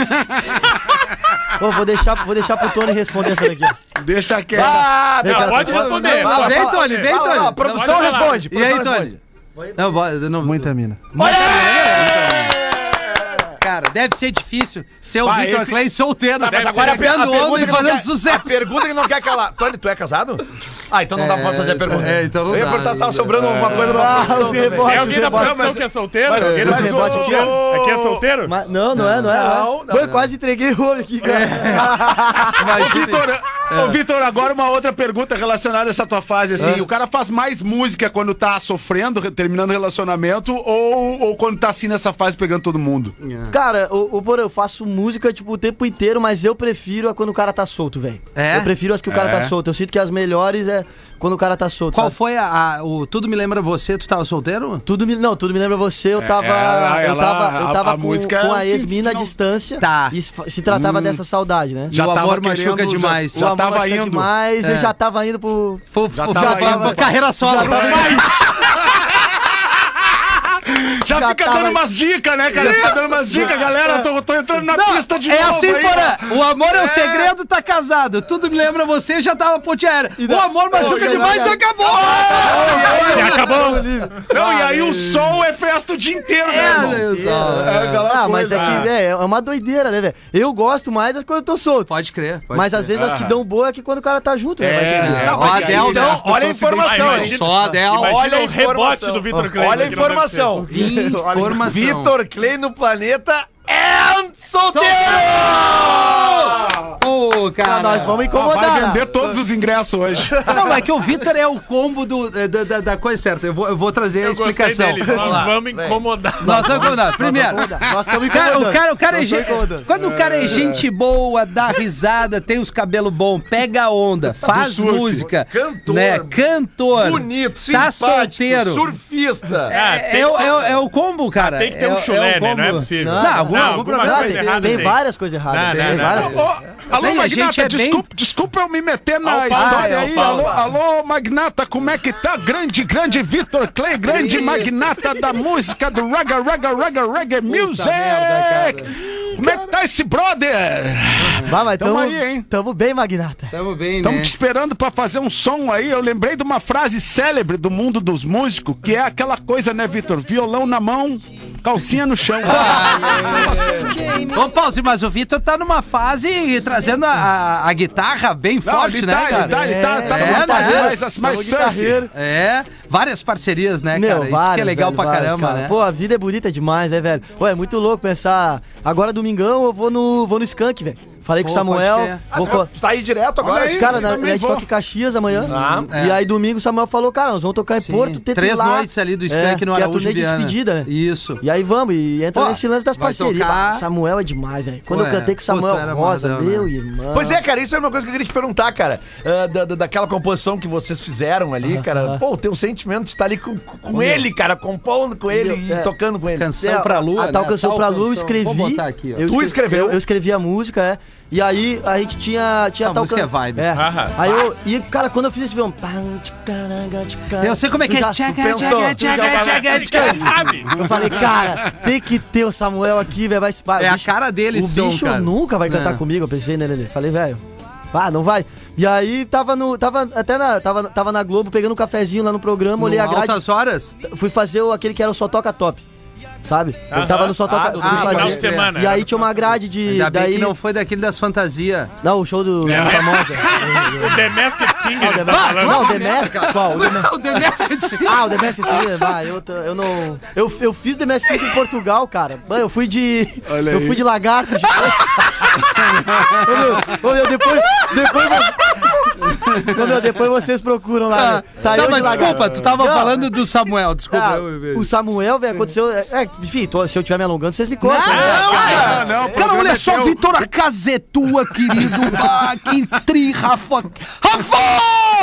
Ô, vou deixar, vou deixar pro Tony responder essa daqui. ó. Deixa quieto. Ah, Não, tá. pode responder. Fala, pode vem, responder. Tony, vem, Fala, Tony. não, a produção Pode falar. responde. E aí, produção Tony? Não, bo- não, Muita mina. muita mina. Cara, deve ser difícil ser o Bah, Victor esse- Clay solteiro, Mas agora a, per- a pegando pergunta onda e que não fazendo quer- sucesso. A pergunta que não quer calar. Tony, tu é casado? Ah, então não dá pra fazer a pergunta. é, então não Eu ia dá. perguntar se tava sobrando alguma coisa Ah, pra produção os também. rebotes. É alguém da Rebote, produção mas- que é solteiro? mas- Alguém da mas produção rebote que é, aqui é solteiro? Mas, não, não é, não é. Não, não, Pô, eu não. quase entreguei o olho aqui, cara. Ô, Imagina. Vitor, ô, Vitor, agora uma outra pergunta relacionada a essa tua fase, assim, o cara faz mais música quando tá sofrendo, re- terminando o relacionamento, ou, ou quando tá assim nessa fase pegando todo mundo? Cara, o, o Porã, eu faço música, tipo, o tempo inteiro, mas eu prefiro a quando o cara tá solto, velho. É? Eu prefiro as que o cara É. tá solto. Eu sinto que as melhores é quando o cara tá solto. Qual sabe? foi a, a- o Tudo Me Lembra Você? Tu tava solteiro? Tudo me, não, tudo me lembra você. Eu tava, ela- eu tava, eu a- tava a com, música com a é ex-mina à final- distância. Tá. E se, se tratava dessa saudade, né? Já o tava amor machuca querendo, já- demais. já O amor tava machuca indo. demais, É. eu já tava indo pro... Foi, Já foi- tava já tava indo. carreira solo. Já, Já fica tava- dando umas dicas, né, cara? Fica dando umas dicas, galera. Tô, tô entrando na pista de é novo. assim, aí, Porã. ó. O amor é o segredo, tá casado. Tudo me lembra você, já tava ponte aérea. O amor machuca Ô, demais e galera. acabou. E acabou. Não, e aí o som é festa o dia inteiro, né, É, irmão? Deus, ó. É aquela Ah, mas é coisa. que, velho, é uma doideira, né, velho? Eu gosto mais das quando eu tô solto. Pode crer. Pode Mas crer. às vezes as que dão boa é que quando o cara tá junto, né? Vai É, entender. é, Ó, mas a aí, Del, né, né? as Então, olha a pessoas se informação, imagina- hein? Só a Del. Imagina Olha a o rebote informação. do Vitor Clay. Olha a que não deve informação. Informação. Vitor Clay no planeta é solteiro! O combo, cara. Nós vamos Ah, incomodar. vai né? vender todos os ingressos hoje. Não, é que o Vitor é o combo do, da, da, da coisa certa. Eu vou, eu vou trazer a Eu gostei explicação. dele. Nós vamos incomodar. Nós vamos incomodar. Primeiro, Nós estamos o cara, incomodando. o cara, o cara é Nós gente. estamos incomodando. Quando o cara é gente boa, dá risada, tem os cabelos bons, pega a onda, faz surf. música, Cantor. né? Cantor, Bonito, tá simpático, solteiro. surfista. Ah, É, tem é, o- que- é o- é o combo, cara. Tem que ter É um o- é chulé, o né? combo. Não é possível. Não, Não, alguma- algum alguma problema coisa tem, errada tem tem. várias coisas erradas. Não, tem não, várias não. coisas. Ô, alô, Bem, a gente Magnata, é bem- desculpa, desculpa eu me meter na Ó, o Paulo, história é o aí. Paulo. Alô, alô, Magnata, como é que tá? Grande, grande Vitor Clay, grande Isso. magnata da música do Raga, Raga, Raga, Reggae Music. merda, cara. Como é que tá esse brother? Vai, mas Tamo tamo, aí, hein? tamo bem, Magnata. Tamo bem, Estamos né? te esperando pra fazer um som aí. Eu lembrei de uma frase célebre do mundo dos músicos, que é aquela coisa, né, Vitor? Violão na mão, calcinha no chão. Ô, Pause, mas o Vitor tá numa fase trazendo a, a, a guitarra bem Não, forte, ele né, tá, cara? ele tá, ele tá, tá É, numa né? fase mais, mais Tamo surf. guitarreiro. É, várias parcerias, né, Meu, cara? Isso que é várias, legal velho, pra várias, caramba, cara. né? Pô, a vida é bonita demais, né, velho? Pô, é muito louco pensar. Agora, domingão, eu vou no, vou no Skank, velho. Falei com o Pô, pode Samuel. crer. Vou co- Sair direto agora. Olha aí. Cara, na, a também gente vou. toca em Caxias amanhã. Ah, E é. aí, domingo, o Samuel falou, cara, nós vamos tocar em Sim. Porto. tenta ir Três lá. noites ali do Skank É, no que é a Araújo turnê de Viana. despedida, né? Isso. E aí vamos, e entra Pô, nesse lance das vai parcerias. tocar- Ah, Samuel é demais, velho. Quando Pô, eu cantei com o é. Samuel Puta, era Rosa, amarradão, meu né? irmão. Pois é, cara, isso é uma coisa que eu queria te perguntar, cara. Ah, da, da- daquela composição que vocês fizeram ali, cara. Pô, tem um sentimento de estar ali com, com ele, cara, compondo com ele e É. tocando com ele. Canção É, pra Lua, A tal né? canção Tal pra Lua eu canção. escrevi. Vou botar aqui, ó. Eu Tu escre- escreveu? Eu, eu escrevi a música, é. E aí a gente tinha, tinha Essa tal música can- é vibe. É. Aham. Aí eu. E, cara, quando eu fiz esse violão. Eu sei como é que é. Já- Tchaga, tu pensou? tchaga, Tu já tchaga, vai- tchaga, tchaga. Sabe? Eu falei, cara, tem que ter o Samuel aqui, velho. Vai se parar. É a cara dele O esse som, bicho cara. nunca vai cantar É. comigo, eu pensei nele ali. Falei, velho. Ah, não vai. E aí tava no. Tava até na. Tava, tava na Globo pegando um cafezinho lá no programa, olhei No a grade. Altas Horas? Fui fazer o, aquele que era o Só Toca Top. Sabe? Eu Aham. tava no Só Toca Ah, do fui final fazer- de semana, E aí tinha uma grade de. Ainda bem daí, que não foi daquele das fantasias. Não, o show do É. da famosa. O The Masked Singer. Ah, o The tá Mask- falando. não, o The Mask. Qual? O The Mask. O The Masked Singer. Ah, o The Mask Singer, vai, eu, tô- eu não. Eu, eu fiz The Mask Singer em Portugal, cara. Mano, eu fui de. Olha eu aí. fui de lagarto. gente. Ô, meu, ô, meu, depois. Depois. Ô, meu, depois vocês procuram lá. Tá, né? Tá, tá eu de mas lagarto. desculpa, tu tava Não. falando do Samuel, desculpa. Ah, eu- o Samuel, velho, aconteceu. É, é, enfim, tô- se eu estiver me alongando, vocês me contam. né? Não, Ah, não, o cara, programa olha é só, teu. Vitor, a casa é tua, querido. Ah, que tri, Rafa. Rafa!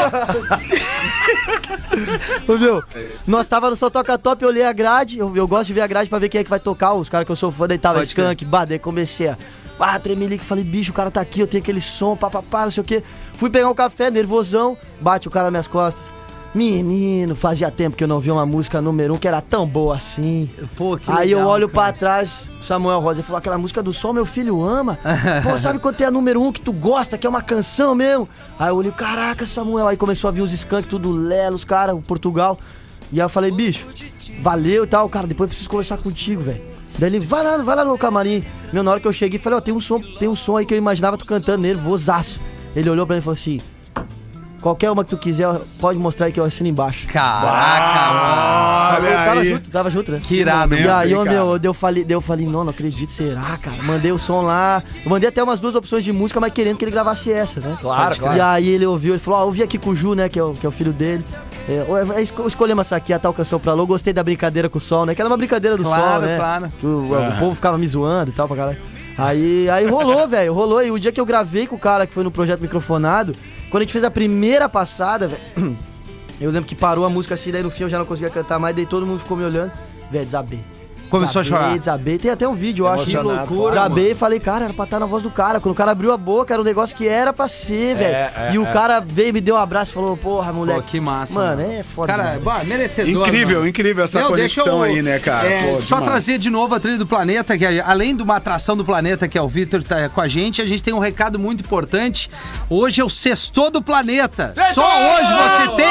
Ô, meu, nós tava no Só Toca Top, eu olhei a grade, eu, eu gosto de ver a grade pra ver quem é que vai tocar, os caras que eu sou fã, daí tava Pode Skank, Badé, comecei a... Ah, tremelique, falei, bicho, o cara tá aqui, eu tenho aquele som, papapá, não sei o quê. Fui pegar um café, nervosão, bate o cara nas minhas costas. Menino, fazia tempo que eu não via uma música número um que era tão boa assim. Pô, que Aí eu legal, olho cara. pra trás, Samuel Rosa, ele falou, aquela música do som meu filho ama. Pô, sabe quando tem a número um que tu gosta, que é uma canção mesmo? Aí eu olhei, caraca, Samuel. Aí começou a vir os Skank, tudo Lelo, os caras, o Portugal. E aí eu falei, bicho, valeu e tal, cara, depois eu preciso conversar contigo, velho. Daí ele, vai lá, vai lá no camarim. Meu, na hora que eu cheguei, falei, ó, tem um som, tem um som aí que eu imaginava tu cantando nele, vozaço. Ele olhou pra mim e falou assim, qualquer uma que tu quiser, pode mostrar aí que eu assino embaixo. Caraca, mano. Eu tava aí. junto, tava junto, né? Que irado, E momento, aí, hein, ô, cara? meu, eu, eu falei, daí eu falei, não, não acredito, será, cara? Mandei o som lá. Eu mandei até umas duas opções de música, mas querendo que ele gravasse essa, né? Claro, claro. E aí ele ouviu, ele falou, ó, ouvi aqui com o Ju, né, que é o, que é o filho dele. É, é, esco- escolhemos essa aqui, a tal canção pra Lô. Gostei da brincadeira com o sol, né? Que era uma brincadeira do Claro, sol, né? claro. Que o, o povo ficava me zoando e tal pra caralho. Aí, aí rolou, velho, rolou. E o dia que eu gravei com o cara que foi no projeto Microfonado, quando a gente fez a primeira passada, velho, eu lembro que parou a música assim, daí no fim eu já não conseguia cantar mais, daí todo mundo ficou me olhando. Velho, desabei. Começou a Desabei, chorar. Desabei, tem até um vídeo, eu acho. Que loucura, Desabei e falei, cara, era pra estar na voz do cara. Quando o cara abriu a boca, era um negócio que era pra ser, velho. é, e o é. cara veio, me deu um abraço e falou, porra, moleque. Pô, que massa. Mano, é foda. Cara, mano. bah, merecedor. Incrível, mano. incrível essa Meu, deixa conexão eu, aí, né, cara? é, Pô, só demais. trazer de novo a trilha do planeta, que é- além de uma atração do planeta, que é o Vitor que tá com a gente, a gente tem um recado muito importante. Hoje é o Sextou do Planeta. Só hoje você tem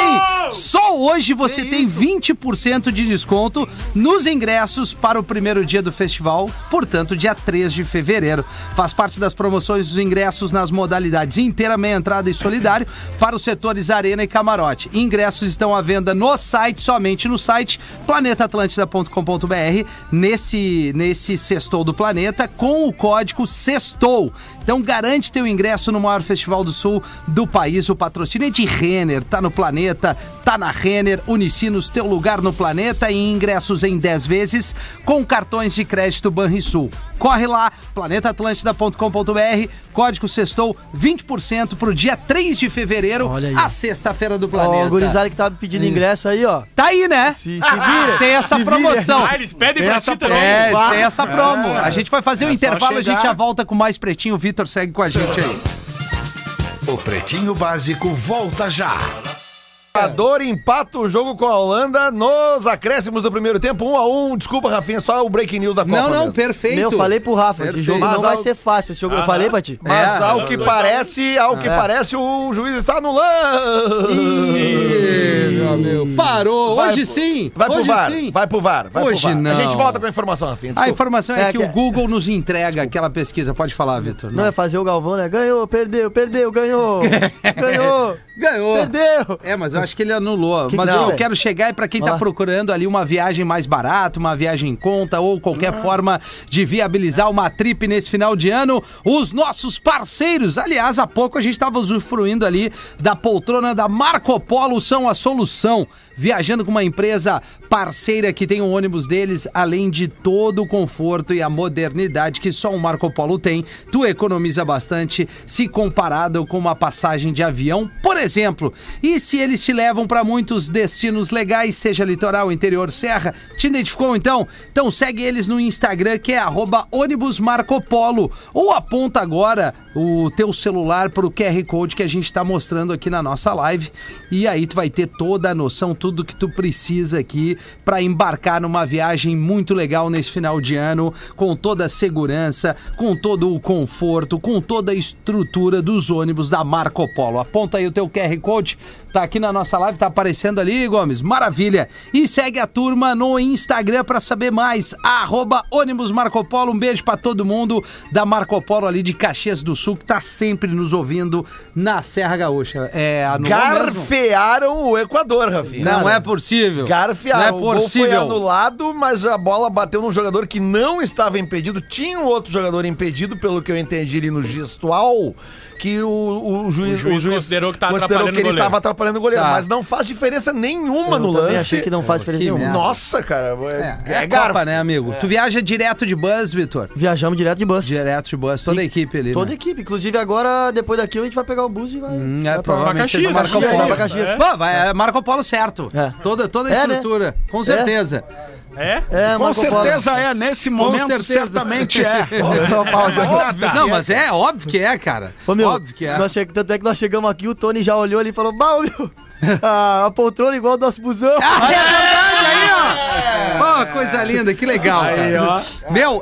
Só hoje você tem vinte por cento de desconto nos ingressos para o primeiro dia do festival, portanto, dia três de fevereiro. Faz parte das promoções dos ingressos nas modalidades inteira, meia entrada e solidário para os setores Arena e Camarote. Ingressos estão à venda no site, somente no site planeta atlântida ponto com ponto b r, nesse, nesse Sextou do Planeta, com o código Sextou. Então garante teu ingresso no maior festival do sul do país. O patrocínio é de Renner, tá no Planeta, tá na Renner. Unicinos, teu lugar no planeta, e ingressos em dez vezes com cartões de crédito Banrisul. Corre lá, planeta atlântida ponto com ponto b r, código Sextou, vinte por cento pro dia três de fevereiro, a sexta-feira do Planeta. Ó, o gurizada que tava pedindo ingresso aí, ó. Tá aí, né? Se, se vira. Tem essa se promoção. Vira. Ah, eles pedem Tem pra essa ti também. É, Vá. tem essa promo. É. A gente vai fazer um É só intervalo, a gente chegar. já volta com mais Pretinho. O Vitor segue com a gente aí. O Pretinho Básico volta já. O Equador empata o jogo com a Holanda nos acréscimos do primeiro tempo, um a um. Desculpa, Rafinha, só o breaking news da Copa Não, não, mesmo. perfeito. Meu, falei pro Rafa, esse Perfeito. jogo Mas não vai ao- ser fácil. Esse jogo eu falei pra ti. Mas É. ao que parece, ao que É. parece, o juiz está anulando. Ih, meu, meu. Parou. Vai Hoje pro- sim. Vai pro Hoje VAR, sim. vai pro VAR, vai Hoje pro VAR. não. A gente volta com a informação, Rafinha. A Desculpa. informação é, É que, que- o Google nos entrega aquela pesquisa. Pode falar, Vitor. Não é fazer o Galvão, né? Ganhou, perdeu, perdeu, ganhou. Ganhou, Ganhou. perdeu. É, mas eu acho que ele anulou. Que mas não, eu é. quero chegar e pra quem tá Ó. procurando ali uma viagem mais barata, uma viagem em conta ou qualquer forma de viabilizar uma trip nesse final de ano, os nossos parceiros. Aliás, há pouco a gente tava usufruindo ali da poltrona da Marco Polo, são a solução. Viajando com uma empresa parceira que tem o ônibus deles, além de todo o conforto e a modernidade que só o Marco Polo tem, tu economiza bastante se comparado com uma passagem de avião, por exemplo. E se eles te levam para muitos destinos legais, seja litoral, interior, serra, te identificou então? Então segue eles no Instagram, que é arroba ônibus Marco Polo, ou aponta agora o teu celular pro Q R Code que a gente tá mostrando aqui na nossa live, e aí tu vai ter toda a noção, tudo que tu precisa aqui para embarcar numa viagem muito legal nesse final de ano, com toda a segurança, com todo o conforto, com toda a estrutura dos ônibus da Marco Polo. Aponta aí o teu Q R Code, tá aqui na nossa live, tá aparecendo ali, Gomes, maravilha. E segue a turma no Instagram para saber mais, arroba ônibus Marco Polo. Um beijo para todo mundo da Marco Polo ali de Caxias do Sul, que tá sempre nos ouvindo na Serra Gaúcha. É, anulou mesmo? Garfearam o Equador, Rafinha. Não é possível. Garfearam. Não é O gol foi possível. anulado, mas a bola bateu num jogador que não estava impedido. Tinha um outro jogador impedido, pelo que eu entendi ali no gestual, que o, o juiz, O juiz considerou que tava atrapalhando que ele o goleiro. estava atrapalhando o goleiro. Tá. Mas não faz diferença nenhuma Eu no também lance. achei que não faz diferença que nenhuma. merda. Nossa, cara. É, É, é, é a garfo. Copa, né, amigo? Tu viaja direto de bus, Vitor? Viajamos direto de bus. Direto de bus, toda a equipe ali, Toda a né? equipe. Inclusive agora, depois daqui, a gente vai pegar o bus e vai... Hum, vai é, pra- provavelmente seja Caxias, Marco Caxias, Polo. vai pra Caxias. Bom, vai, é Marco Polo certo. É. Toda, toda a É, né? estrutura, com certeza. É? É, Com Marco Polo. certeza é, nesse momento certeza. certamente é. Ó, uma pausa. Não, mas é óbvio que é, cara. Ô, meu, Óbvio que é. nós che... Tanto é que nós chegamos aqui, o Tony já olhou ali e falou: Bah, meu, a, a poltrona igual o nosso busão. Ah, é verdade aí, ó. Pô, coisa linda, que legal, Aí, cara. ó. Meu,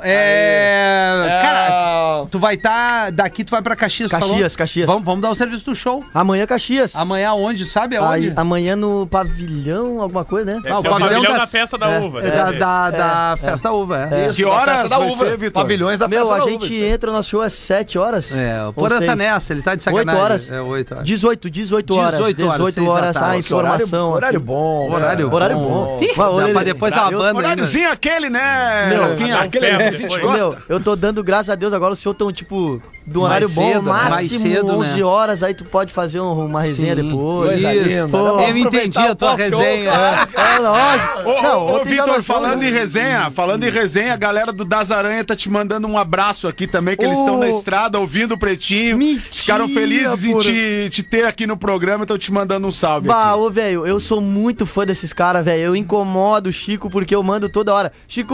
é... Cara, tu vai estar... Daqui tu vai pra Caxias, tu Caxias, falou? Caxias. Vamos, vamos dar o serviço do show. Amanhã, Caxias. Amanhã onde? Sabe aonde? Aí, amanhã no pavilhão, alguma coisa, né? Deve Ah, o ser o pavilhão pavilhão das- da festa da é, uva. É, né? da da, da festa da uva, é. Isso, Que da horas festa da vai uva. ser, Vitor? Pavilhões da Meu, festa a da gente uva, isso. entra no nosso show às sete horas. É, o Ou Porã tá seis. nessa, ele tá de sacanagem. oito horas. É, oito horas. dezoito, dezoito horas. dezoito horas, dezoito seis da horas, tarde. a informação. Horário aqui. bom. né? Horário, Horário bom. Ih, Vai, dá olha, pra depois dar uma banda ainda. Horáriozinho aquele, né? Meu, Rafinha? dá um aquele ferro que a gente depois. gosta. Meu, eu tô dando graças a Deus agora, os shows estão tipo do horário Mais bom, cedo, né? Mais máximo cedo, onze né? horas, aí tu pode fazer um- uma resenha Sim. depois. Coisa Isso. linda. Pô, Dá pra Eu entendi aproveitar a tua o pós-show, resenha. cara. É, lógico. Ô, Não, ô, ô, ontem já Vitor, nós falando fomos- em resenha, falando em resenha, a galera do Das Aranha tá te mandando um abraço aqui também, que eles estão Ô. na estrada ouvindo o Pretinho. Mentira, Ficaram felizes em pura. te, te ter aqui no programa, estão te mandando um salve Bah, aqui. ô, velho, eu sou muito fã desses caras, velho. Eu incomodo o Chico porque eu mando toda hora. Chico,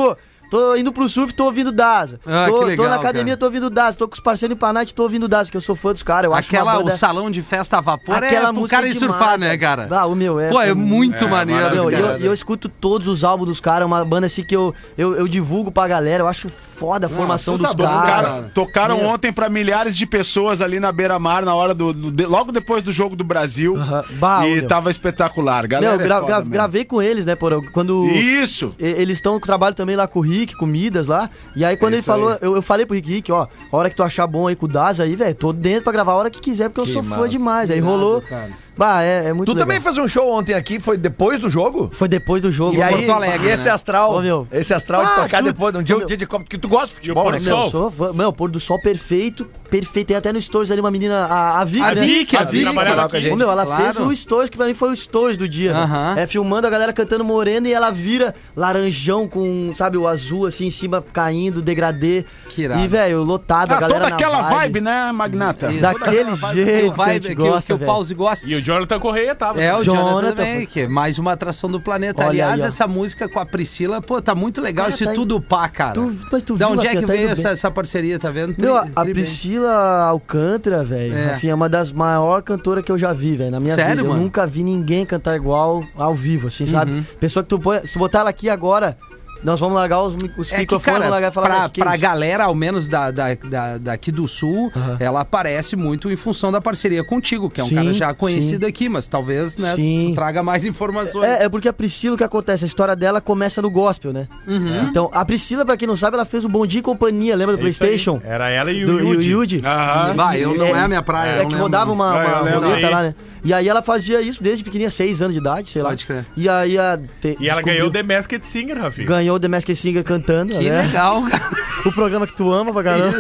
tô indo pro surf, tô ouvindo Daza. Ah, tô, que legal, tô na academia, cara. tô ouvindo Daza. Tô com os parceiros em Panate, tô ouvindo Daza, que eu sou fã dos caras. Eu acho Aquela, uma banda... o salão de festa a vapor Aquela é pro música cara ir demais, surfar, né, velho. cara? Ah, o meu é. Pô, é muito É, maneiro, Meu, e cara. eu, e eu escuto todos os álbuns dos caras, uma banda assim que eu, eu, eu divulgo pra galera, eu acho foda a formação tu dos tá bom, caras. cara. Tocaram, tocaram Meu. ontem pra milhares de pessoas ali na beira-mar, na hora do, do- de- logo depois do jogo do Brasil. Aham. Bah, E meu. tava espetacular, galera. Meu, eu gra- é foda gra- mesmo. gravei com eles, né, porra, quando... Isso! E- Eles estão com trabalho também lá com o Rick, com Midas lá. E aí, quando ele Isso falou, aí. eu, eu falei pro Rick, Rick, ó, a hora que tu achar bom aí com o Daz aí, velho, tô dentro pra gravar a hora que quiser, porque eu sou fã demais. Aí rolou. Bah, é, é muito Tu legal. também fez um show ontem aqui, foi depois do jogo? Foi depois do jogo. E aí, Porto Alegre, e esse né? astral, Ô, meu. esse astral de Ah, tocar tudo. depois, um dia, Ô, um meu. dia de copo, porque tu gosta de futebol, pôr né? do Meu, sol? sou fã- meu, pôr do sol perfeito, perfeito. Tem até no Stories ali uma menina, a, a Vicky, A né? Vicky, a a Vicky. Vicky. trabalhava com a aqui. gente. Ô, meu, ela Claro. fez o Stories, que pra mim foi o Stories do dia. né? Aham. É, filmando a galera cantando Morena e ela vira laranjão com, sabe, o azul assim em cima caindo, degradê. Que irado. E, velho, lotado, a Ah, galera toda na aquela vibe, né, Magnata? Isso. Daquele O jeito que a vibe gente que, o- gosta, que o velho. Pause gosta. E o Jonathan Correia tava. É, o Jonathan Jonathan também, foi- que é mais uma atração do planeta. Olha Aliás, aí, ó. essa música com a Priscila, pô, tá muito legal Cara, esse tá tudo pá, cara. Tu- mas tu da viu, onde é Rafinha, que tá veio indo essa, bem. essa parceria, tá vendo? Meu, a, Tri- a tri bem. Priscila Alcântara, velho, É. Rafinha, é uma das maiores cantoras que eu já vi, velho, na minha Sério, vida. Eu mano? nunca vi ninguém cantar igual ao vivo, assim, sabe? Pessoa que tu põe, se tu botar ela aqui agora, nós vamos largar os, mi- os É que, microfones, cara, vamos largar e falar, pra, "Velho, que pra isso?" galera, ao menos da, da, da- daqui do Sul, ela aparece muito em função da parceria contigo, que é um Sim, cara já conhecido sim. aqui, mas talvez, né, Sim. tu traga mais informações. É, é porque a Priscila, o que acontece? A história dela começa no gospel, né? Uhum. Então, a Priscila, pra quem não sabe, ela fez o Bom Dia e Companhia, lembra do É isso aí. PlayStation? Era ela e o Do, e o Yudi. Yudi. Aham. Vai, eu não é a minha praia. eu É não que lembro. rodava uma, Ah, eu uma lembro. roleta Aí. lá, né? E aí ela fazia isso desde pequenininha, seis anos de idade, sei lá. Pode crer. E aí a, te, E ela descobriu- ganhou o The Masked Singer, Rafinha. ganhou o The Masked Singer cantando, Que né? legal, cara. O programa que tu ama pra caramba.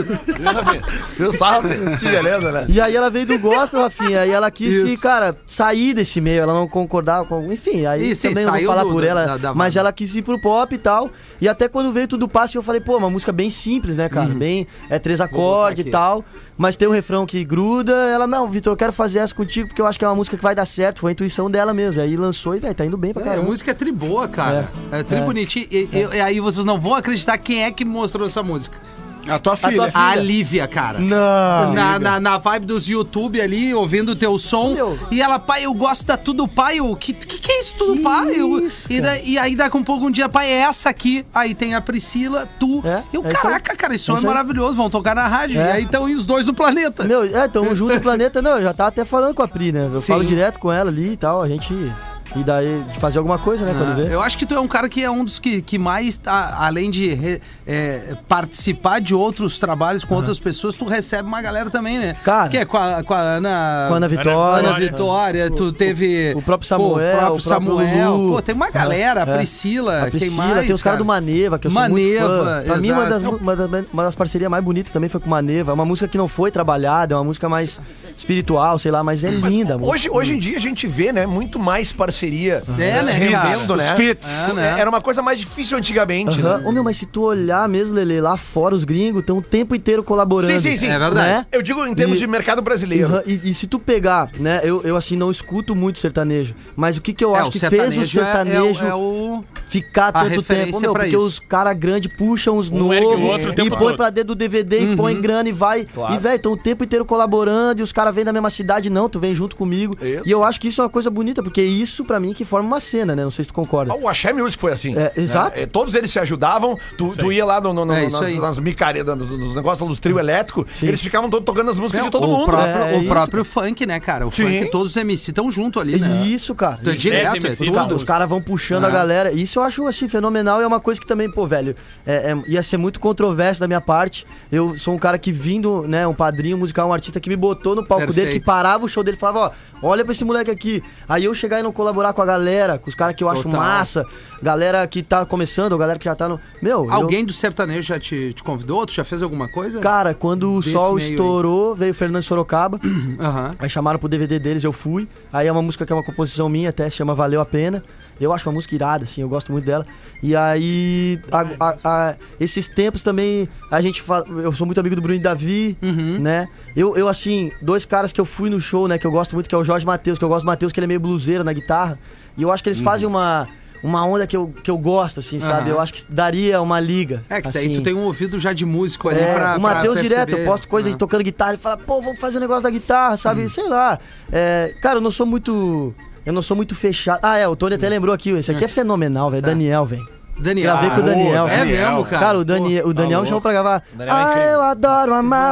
Viu, sabe? Que beleza, né? E aí ela veio do gospel, Rafinha, e ela quis, Isso. cara, sair desse meio, ela não concordava com... Enfim, aí Isso, sim, também não vou saiu falar do- por da- ela, da- da mas vibe. ela quis ir pro pop e tal, e até quando veio Tudo Passa, eu falei, pô, uma música bem simples, né, cara, bem, é três acordes aqui. e tal, mas tem um refrão que gruda, ela, não, Vitor, eu quero fazer essa contigo, porque eu acho que é uma música que vai dar certo, foi a intuição dela mesmo, e aí lançou e, velho, tá indo bem pra É, a caramba. música é tri boa, cara. É, tri É. bonitinha. E, e- e aí vocês não vão acreditar quem é que mostrou essa música. A tua filha. tua filha. A Lívia, cara. Não! Na, na, na vibe dos YouTube ali, ouvindo o teu som. Meu. E ela, pai, eu gosto da Tudo Pai. O que, que que é isso, Tudo Pai? Eu- isso, e, da- e aí daqui um pouco um dia, pai, é essa aqui. Aí tem a Priscila, tu. É, eu, é isso caraca, aí. cara, isso É é, isso aí. maravilhoso. Vão tocar na rádio. É. E aí estão os dois no planeta. Meu, é, tamo junto no planeta, não, eu já tava até falando com a Pri, né, eu Sim. falo direto com ela ali e tal, a gente... E daí, de fazer alguma coisa, né, quando vê. Eu acho que tu é um cara que é um dos que, que mais, tá, além de re- é, participar de outros trabalhos com outras pessoas, tu recebe uma galera também, né? Cara. Que é com a, com a Ana... Com a Ana Vitória. Ana Vitória, tu teve... o próprio pô, Samuel, o próprio o próprio Samuel. Lulu. Pô, tem uma galera, a É. Priscila, A Priscila, quem mais, tem os caras do Maneva, que eu sou Maneva, muito fã. Pra mim, uma das, exato. uma, das, uma das parcerias mais bonitas também foi com o Maneva. É uma música que não foi trabalhada, é uma música mais espiritual, sei lá, mas é linda. a música. Hoje, hoje em dia a gente vê, né, muito mais parceria É, né, rendendo, cara? né? Os fits. É, né? Era uma coisa mais difícil antigamente, Aham. né? Ô, meu, mas se tu olhar mesmo, Lele, lá fora os gringos estão o tempo inteiro colaborando. Sim, sim, sim. É verdade. Né? Eu digo em termos E- de mercado brasileiro. Aham, E, e se tu pegar, né, eu, eu assim não escuto muito sertanejo, mas o que que eu É, acho o que fez o sertanejo é, é o... ficar a tanto tempo, referência meu, pra porque isso. os cara grandes puxam os Um ergue o novos outro o e tempo põe todo. pra dentro do D V D e põe grana e vai. Claro. E, velho, estão o tempo inteiro colaborando e os caras vêm da mesma cidade, não, tu vem junto comigo. Isso. E eu acho que isso é uma coisa bonita, porque isso pra mim que forma uma cena, né? Não sei se tu concorda. O Axé Music foi assim. É, exato. É, todos eles se ajudavam. Tu, tu ia lá no, no, no- É, isso nas, aí. nas micaretas, nos, nos negócios dos trio elétrico, Sim. eles ficavam todos tocando as músicas de todo o mundo. Próprio, É, o isso. próprio funk, né, cara? O Sim. funk, todos os M C estão junto ali, né? Isso, cara. Então é direto, é Os Os, tudo. ca- os caras vão puxando Ah. a galera. Isso eu acho, assim, fenomenal. E é uma coisa que também, pô, velho, é- é- ia ser muito controverso da minha parte. Eu sou um cara que vindo, né, um padrinho musical, um artista que me botou no palco dele, que Perfeito. parava o show dele e falava, ó, olha pra esse moleque aqui. Aí eu chegar e não colaborar com a galera, com os caras que eu acho Total. massa, galera que tá começando, ou galera que já tá no... Meu, eu- Alguém do sertanejo já te, te convidou? Tu já fez alguma coisa? Cara, quando o Desse sol meio aí. estourou, veio o Fernando Sorocaba. Aham. Aí chamaram pro D V D deles, eu fui. Aí é uma música que é uma composição minha, até se chama Valeu a Pena. Eu acho uma música irada, assim, eu gosto muito dela. E aí, a- a- a- esses tempos também, a gente fala. Eu sou muito amigo do Bruno e Davi, Uhum. né? Eu, eu, assim, dois caras que eu fui no show, né, que eu gosto muito, que é o Jorge Matheus, que eu gosto do Matheus, que ele é meio bluseiro na guitarra. E eu acho que eles fazem uma. uma onda que eu, que eu gosto, assim, sabe? Aham. Eu acho que daria uma liga. É, que assim. daí tu tem um ouvido já de músico ali É, pra, o Matheus pra direto, perceber. eu posto coisa Ah. de tocando guitarra, ele fala, pô, vamos fazer um negócio da guitarra, sabe? Sei lá. É, cara, eu não sou muito. Eu não sou muito fechado. Ah, é, o Tony até lembrou aqui, esse aqui é fenomenal, velho. Daniel, velho. Daniel. Gravei com o Daniel. É Daniel. mesmo, cara? Cara, o Daniel, o Daniel me chamou pra gravar. Daniel é Ah, incrível. eu adoro amar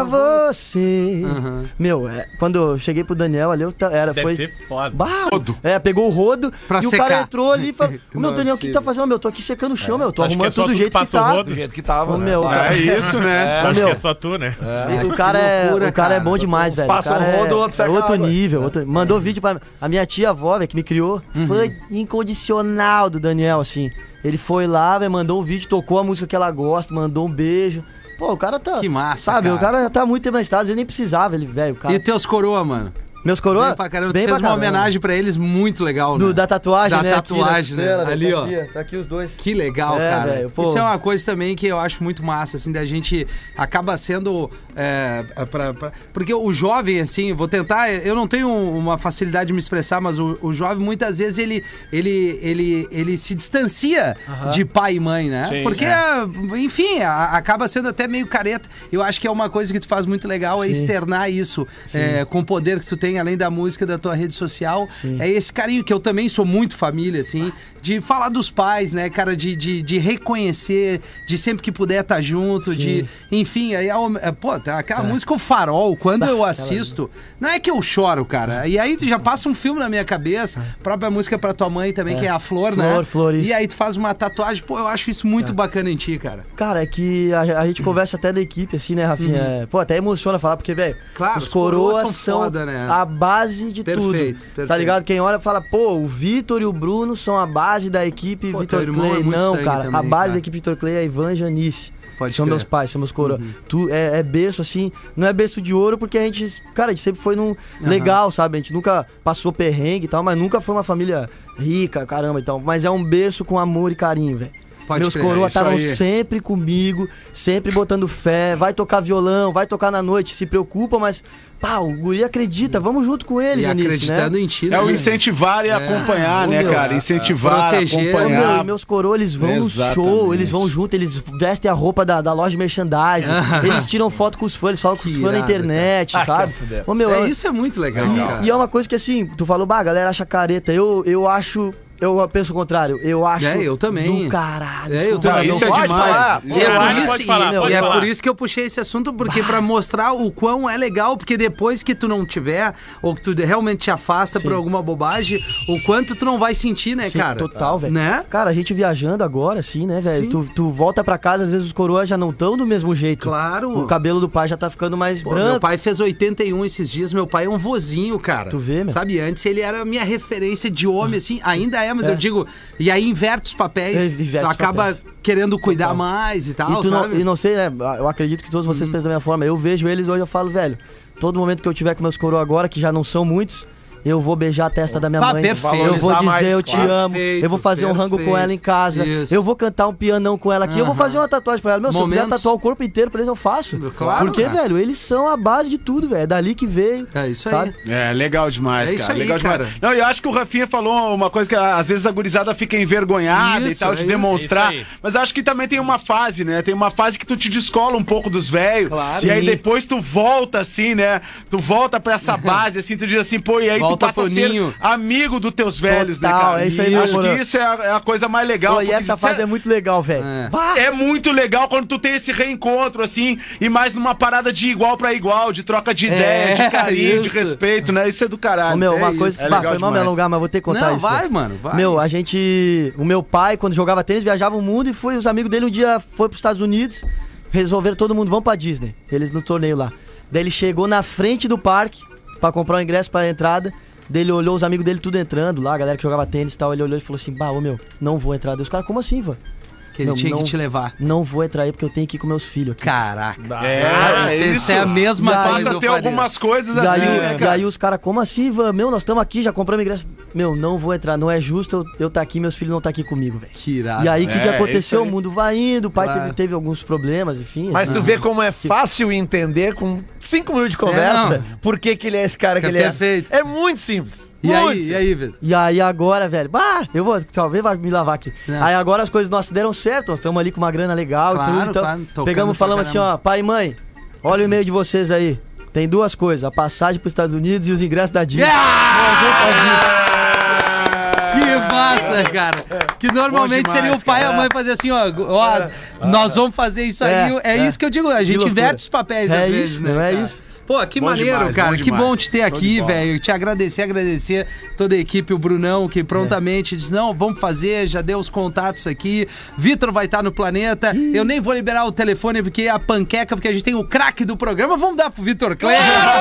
você. Aham. Meu, é, quando eu cheguei pro Daniel ali, eu ta- era, Deve foi. ser foda. Bah, é, pegou o rodo Pra e o secar. cara entrou ali e falou: Ô, Não meu, é Daniel, o que que possível. tá fazendo? Meu, tô aqui secando o chão, meu. Tô Acho que arrumando é só tudo do tu jeito que que passa o tá. rodo. Do jeito que tava, Ô, né? meu, Bah, É isso, né? Acho meu. que é só tu, né? E o cara é, loucura, o cara é cara. bom demais, velho. Passa o cara um rodo, é, o outro seca é outro água. nível. outro- Mandou vídeo pra a minha tia avó, velho, que me criou. Foi incondicional do Daniel, assim. Ele foi lá, velho, mandou um vídeo, tocou a música que ela gosta, mandou um beijo. Pô, o cara tá. Que massa, Sabe, cara. o cara tá muito tempo na estrada, ele nem precisava, ele, velho. o Cara... E teus coroa, mano? Meus coroa? Bem pra caramba. Tu Bem fez pra uma caramba. homenagem pra eles muito legal, Do, né? da tatuagem, Da né? aqui na tatuagem, né? costela, velho, Ali, tá ó. Aqui, tá aqui os dois. Que legal, É, cara. velho, pô. Isso é uma coisa também que eu acho muito massa, assim, da gente acaba sendo. É, pra, pra- porque o jovem, assim, vou tentar. Eu não tenho uma facilidade de me expressar, mas o, o jovem muitas vezes ele, ele, ele, ele se distancia de pai e mãe, né? Sim, porque, enfim, a- acaba sendo até meio careta. Eu acho que é uma coisa que tu faz muito legal, é Sim. externar isso é, com o poder que tu tem, além da música, da tua rede social. É esse carinho que eu também sou muito família, assim, de falar dos pais, né, cara, de, de, de reconhecer, de sempre que puder estar junto, de, enfim, aí, é, pô, tá, aquela música O Farol, quando eu assisto, não é que eu choro, cara, e aí já passa um filme na minha cabeça, própria música pra tua mãe também, que é a Flor, né? Flor, Flor, isso. E aí tu faz uma tatuagem, pô, eu acho isso muito bacana em ti, cara. Cara, é que a, a gente conversa até da equipe, assim, né, Rafinha? É, Pô, até emociona falar, porque, velho, Claro, os os coroas coroas são são, foda, né? a base de Perfeito, tudo. perfeito. Tá ligado? Quem olha fala, pô, o Vitor e o Bruno são a base da equipe Pô, Vitor teu irmão Clay. é muito Não, sangue cara, a também, base cara. da equipe Vitor Clay é a Ivan Janice. Pode são crer. meus pais, são meus coroas. Tu, é, é berço, assim, não é berço de ouro, porque a gente, cara, a gente sempre foi num legal, sabe? A gente nunca passou perrengue e tal, mas nunca foi uma família rica, caramba, e tal. Mas é um berço com amor e carinho, velho. Pode Meus crer, coroas isso estavam aí. sempre comigo, sempre botando fé, vai tocar violão, vai tocar na noite, se preocupa, mas, pá, o guri acredita, vamos junto com ele, E Janice, acreditando né? em ti, É o né? incentivar e acompanhar, Ô, né, meu, cara? Incentivar, proteger. Ô, meu, acompanhar. e meus coroas, eles vão no show, Exatamente. eles vão junto, eles vestem a roupa da, da loja de merchandising, eles tiram foto com os fãs, eles falam com os Que fãs na irado, internet, cara. sabe? Ah, quer fuder. Ô, meu, É, é- isso é muito legal, cara. e, e é uma coisa que assim, tu falou, bah, a galera acha careta, eu, eu acho... Eu penso o contrário, eu acho É, eu também. do caralho. É, eu desculpa, também. não isso é pode demais. falar. E é, Caralho, por isso, pode falar, e, pode e é falar. por isso que eu puxei esse assunto, porque pra mostrar o quão é legal, porque depois que tu não tiver, ou que tu realmente te afasta por alguma bobagem, o quanto tu não vai sentir, né, Sim, cara? total, velho. Né? Cara, a gente viajando agora, assim, né, Sim. velho? Tu, tu volta pra casa, às vezes os coroas já não estão do mesmo jeito. Claro. O cabelo do pai já tá ficando mais Pô, branco. meu pai fez oitenta e um esses dias, meu pai é um vozinho, cara. Tu vê, meu? Sabe, antes ele era a minha referência de homem, assim, ainda é, mas É. eu digo, e aí inverte os papéis, É, inverte tu os acaba papéis. querendo cuidar Total. mais e tal, E, tu não, sabe? Uhum. e não sei, né? Eu acredito que todos vocês pensam da mesma forma. Eu vejo eles hoje, eu falo, velho, todo momento que eu tiver com meus coroas agora, que já não são muitos, eu vou beijar a testa da minha Pá, mãe. perfeito. Eu vou Valorizar dizer mais, eu te claro. amo. Perfeito, Eu vou fazer um rango com perfeito. ela em casa. Isso. Eu vou cantar um pianão com ela aqui. Eu vou Aham. fazer uma tatuagem pra ela. Meu, se eu Momentos. quiser tatuar o corpo inteiro pra eles, eu faço. Claro, Porque, cara. velho, eles são a base de tudo, velho. É dali que veio. É isso sabe? aí. É, legal demais, É isso cara. aí, legal cara. demais. Não, eu acho que o Rafinha falou uma coisa que às vezes a gurizada fica envergonhada Isso, e tal, de é isso. demonstrar. Isso aí. Mas acho que também tem uma fase, né? Tem uma fase que tu te descola um pouco dos velhos. Claro. E aí Sim. depois tu volta, assim, né? Tu volta pra essa base, assim, tu diz assim, pô, e aí Volta tu passa pro a ser ninho. amigo dos teus velhos, né, Total, cara? é isso aí, Acho meu que mano. isso é a, é a coisa mais legal. Pô, e porque essa cê- fase é muito legal, velho. É. Bah, é muito legal quando tu tem esse reencontro, assim, e mais numa parada de igual pra igual, de troca de ideia, de carinho, de isso. respeito, né? Isso é do caralho. Ô, meu, É uma isso. coisa. É bah, legal foi mal me demais. alongar, mas vou ter que contar Não, isso. vai, velho. mano, vai. Meu, a gente. O meu pai, quando jogava tênis, viajava o mundo e foi. Os amigos dele um dia foi pros Estados Unidos, resolveram todo mundo, vão pra Disney. Eles no torneio lá. Daí ele chegou na frente do parque pra comprar o ingresso pra entrada. Daí ele olhou os amigos dele tudo entrando lá, a galera que jogava tênis e tal. Ele olhou e falou assim: bah, ô meu, não vou entrar. Daí os caras, como assim, vô? Que ele Não, tinha não- que te levar. Não vou entrar aí porque eu tenho que ir com meus filhos aqui. Caraca. É, Isso isso. é a mesma Daí- coisa. Passa a eu ter faria. algumas coisas E aí, assim, né, e cara? aí os caras, como assim, Ivan? Meu, nós estamos aqui, já compramos ingresso. Meu, não vou entrar, não é justo eu, eu tá aqui, meus filhos não tá aqui comigo, velho. Que irado. E aí, o que, que É, aconteceu? isso aí. O mundo vai indo, o pai Claro. teve, teve alguns problemas, enfim. Mas tu vê como é fácil entender com cinco minutos de conversa não. por que, que ele é esse cara que É ele perfeito. é. É muito simples. E aí, e aí, Vitor? E aí agora, velho, bah, eu vou, talvez vai me lavar aqui. Não. Aí agora as coisas nossas deram certo, nós estamos ali com uma grana legal Claro, e tudo, então claro, tocando pegamos e pra falamos assim, caramba. ó, pai e mãe, olha o e-mail de vocês aí. Tem duas coisas, a passagem pros Estados Unidos e os ingressos da Disney. Que massa, cara. Que normalmente Bom demais, seria o pai e a cara. mãe fazer assim, ó, ó, nós vamos fazer isso aí. É, É, é. isso que eu digo, a gente loucura. inverte os papéis É às vezes, isso, né? não é cara? isso? Pô, que Bom maneiro, demais, cara. bom Que demais. bom te ter Show de aqui, bola. velho. Te agradecer, agradecer toda a equipe, o Brunão, que prontamente disse, não, vamos fazer, já deu os contatos aqui. Vitor vai estar no Planeta. Eu nem vou liberar o telefone porque é a panqueca, porque a gente tem o craque do programa. Vamos dar pro Vitor Clay.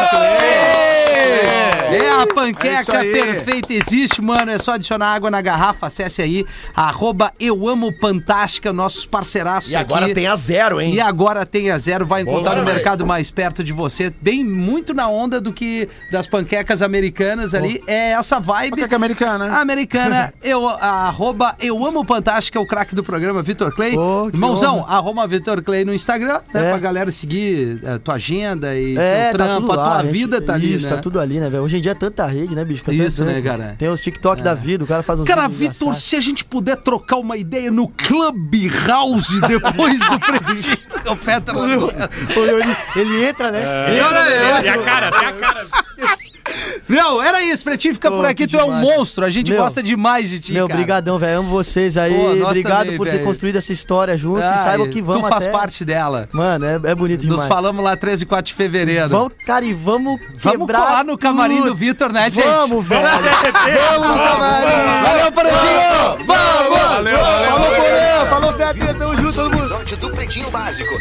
É, a É panqueca isso aí. perfeita existe, mano. É só adicionar água na garrafa. Acesse aí, arroba Eu Amo Fantástica, nossos parceiraços E agora aqui. tem a zero, hein? E agora tem a zero, vai encontrar Boa, no velho. mercado mais perto de você. Bem, muito na onda do que das panquecas americanas ali. É essa vibe. Panqueca americana. A americana, eu, a, arroba Eu Amo Fantástica, o craque do programa, Vitor Clay. Oh, que Irmãozão, honra. arroba Vitor Clay no Instagram, né? É. Pra galera seguir a tua agenda e É, teu tá trampo, tudo a lá, tua gente. vida tá ali, Isso, né? tá tudo ali, né, velho? Hoje em dia é tanta rede, né, bicho? Que é Isso, tanto- né, cara? Tem os TikTok da vida, o cara faz uns Cara, vídeos Vitor, engraçados. se a gente puder trocar uma ideia no Clubhouse depois do Pretinho, o Fetter lá no- Pô, ele, ele entra, né? E olha aí, E a cara, até a cara. Meu, era isso, Pretinho, fica Pô, por aqui, que tu é um demais. monstro, a gente Meu, gosta demais de ti, Meu, cara. brigadão, velho. Amo vocês aí. Pô, nós Obrigado também, por ter velho. construído essa história junto. Ai, e saibam que vamos tu faz até... parte dela. Mano, é, é bonito Nos demais. falamos lá treze e quatro de fevereiro. Vamos, cara, e vamos Vamos quebrar colar no camarim tudo. do Vitor, né, gente? Vamos, velho. Vamos no camarim. Valeu, Pretinho! Vamos! Valeu, valeu. Falou, Porã. Falou, Fê. Tamo junto, todo mundo. Episódio do Pretinho Básico.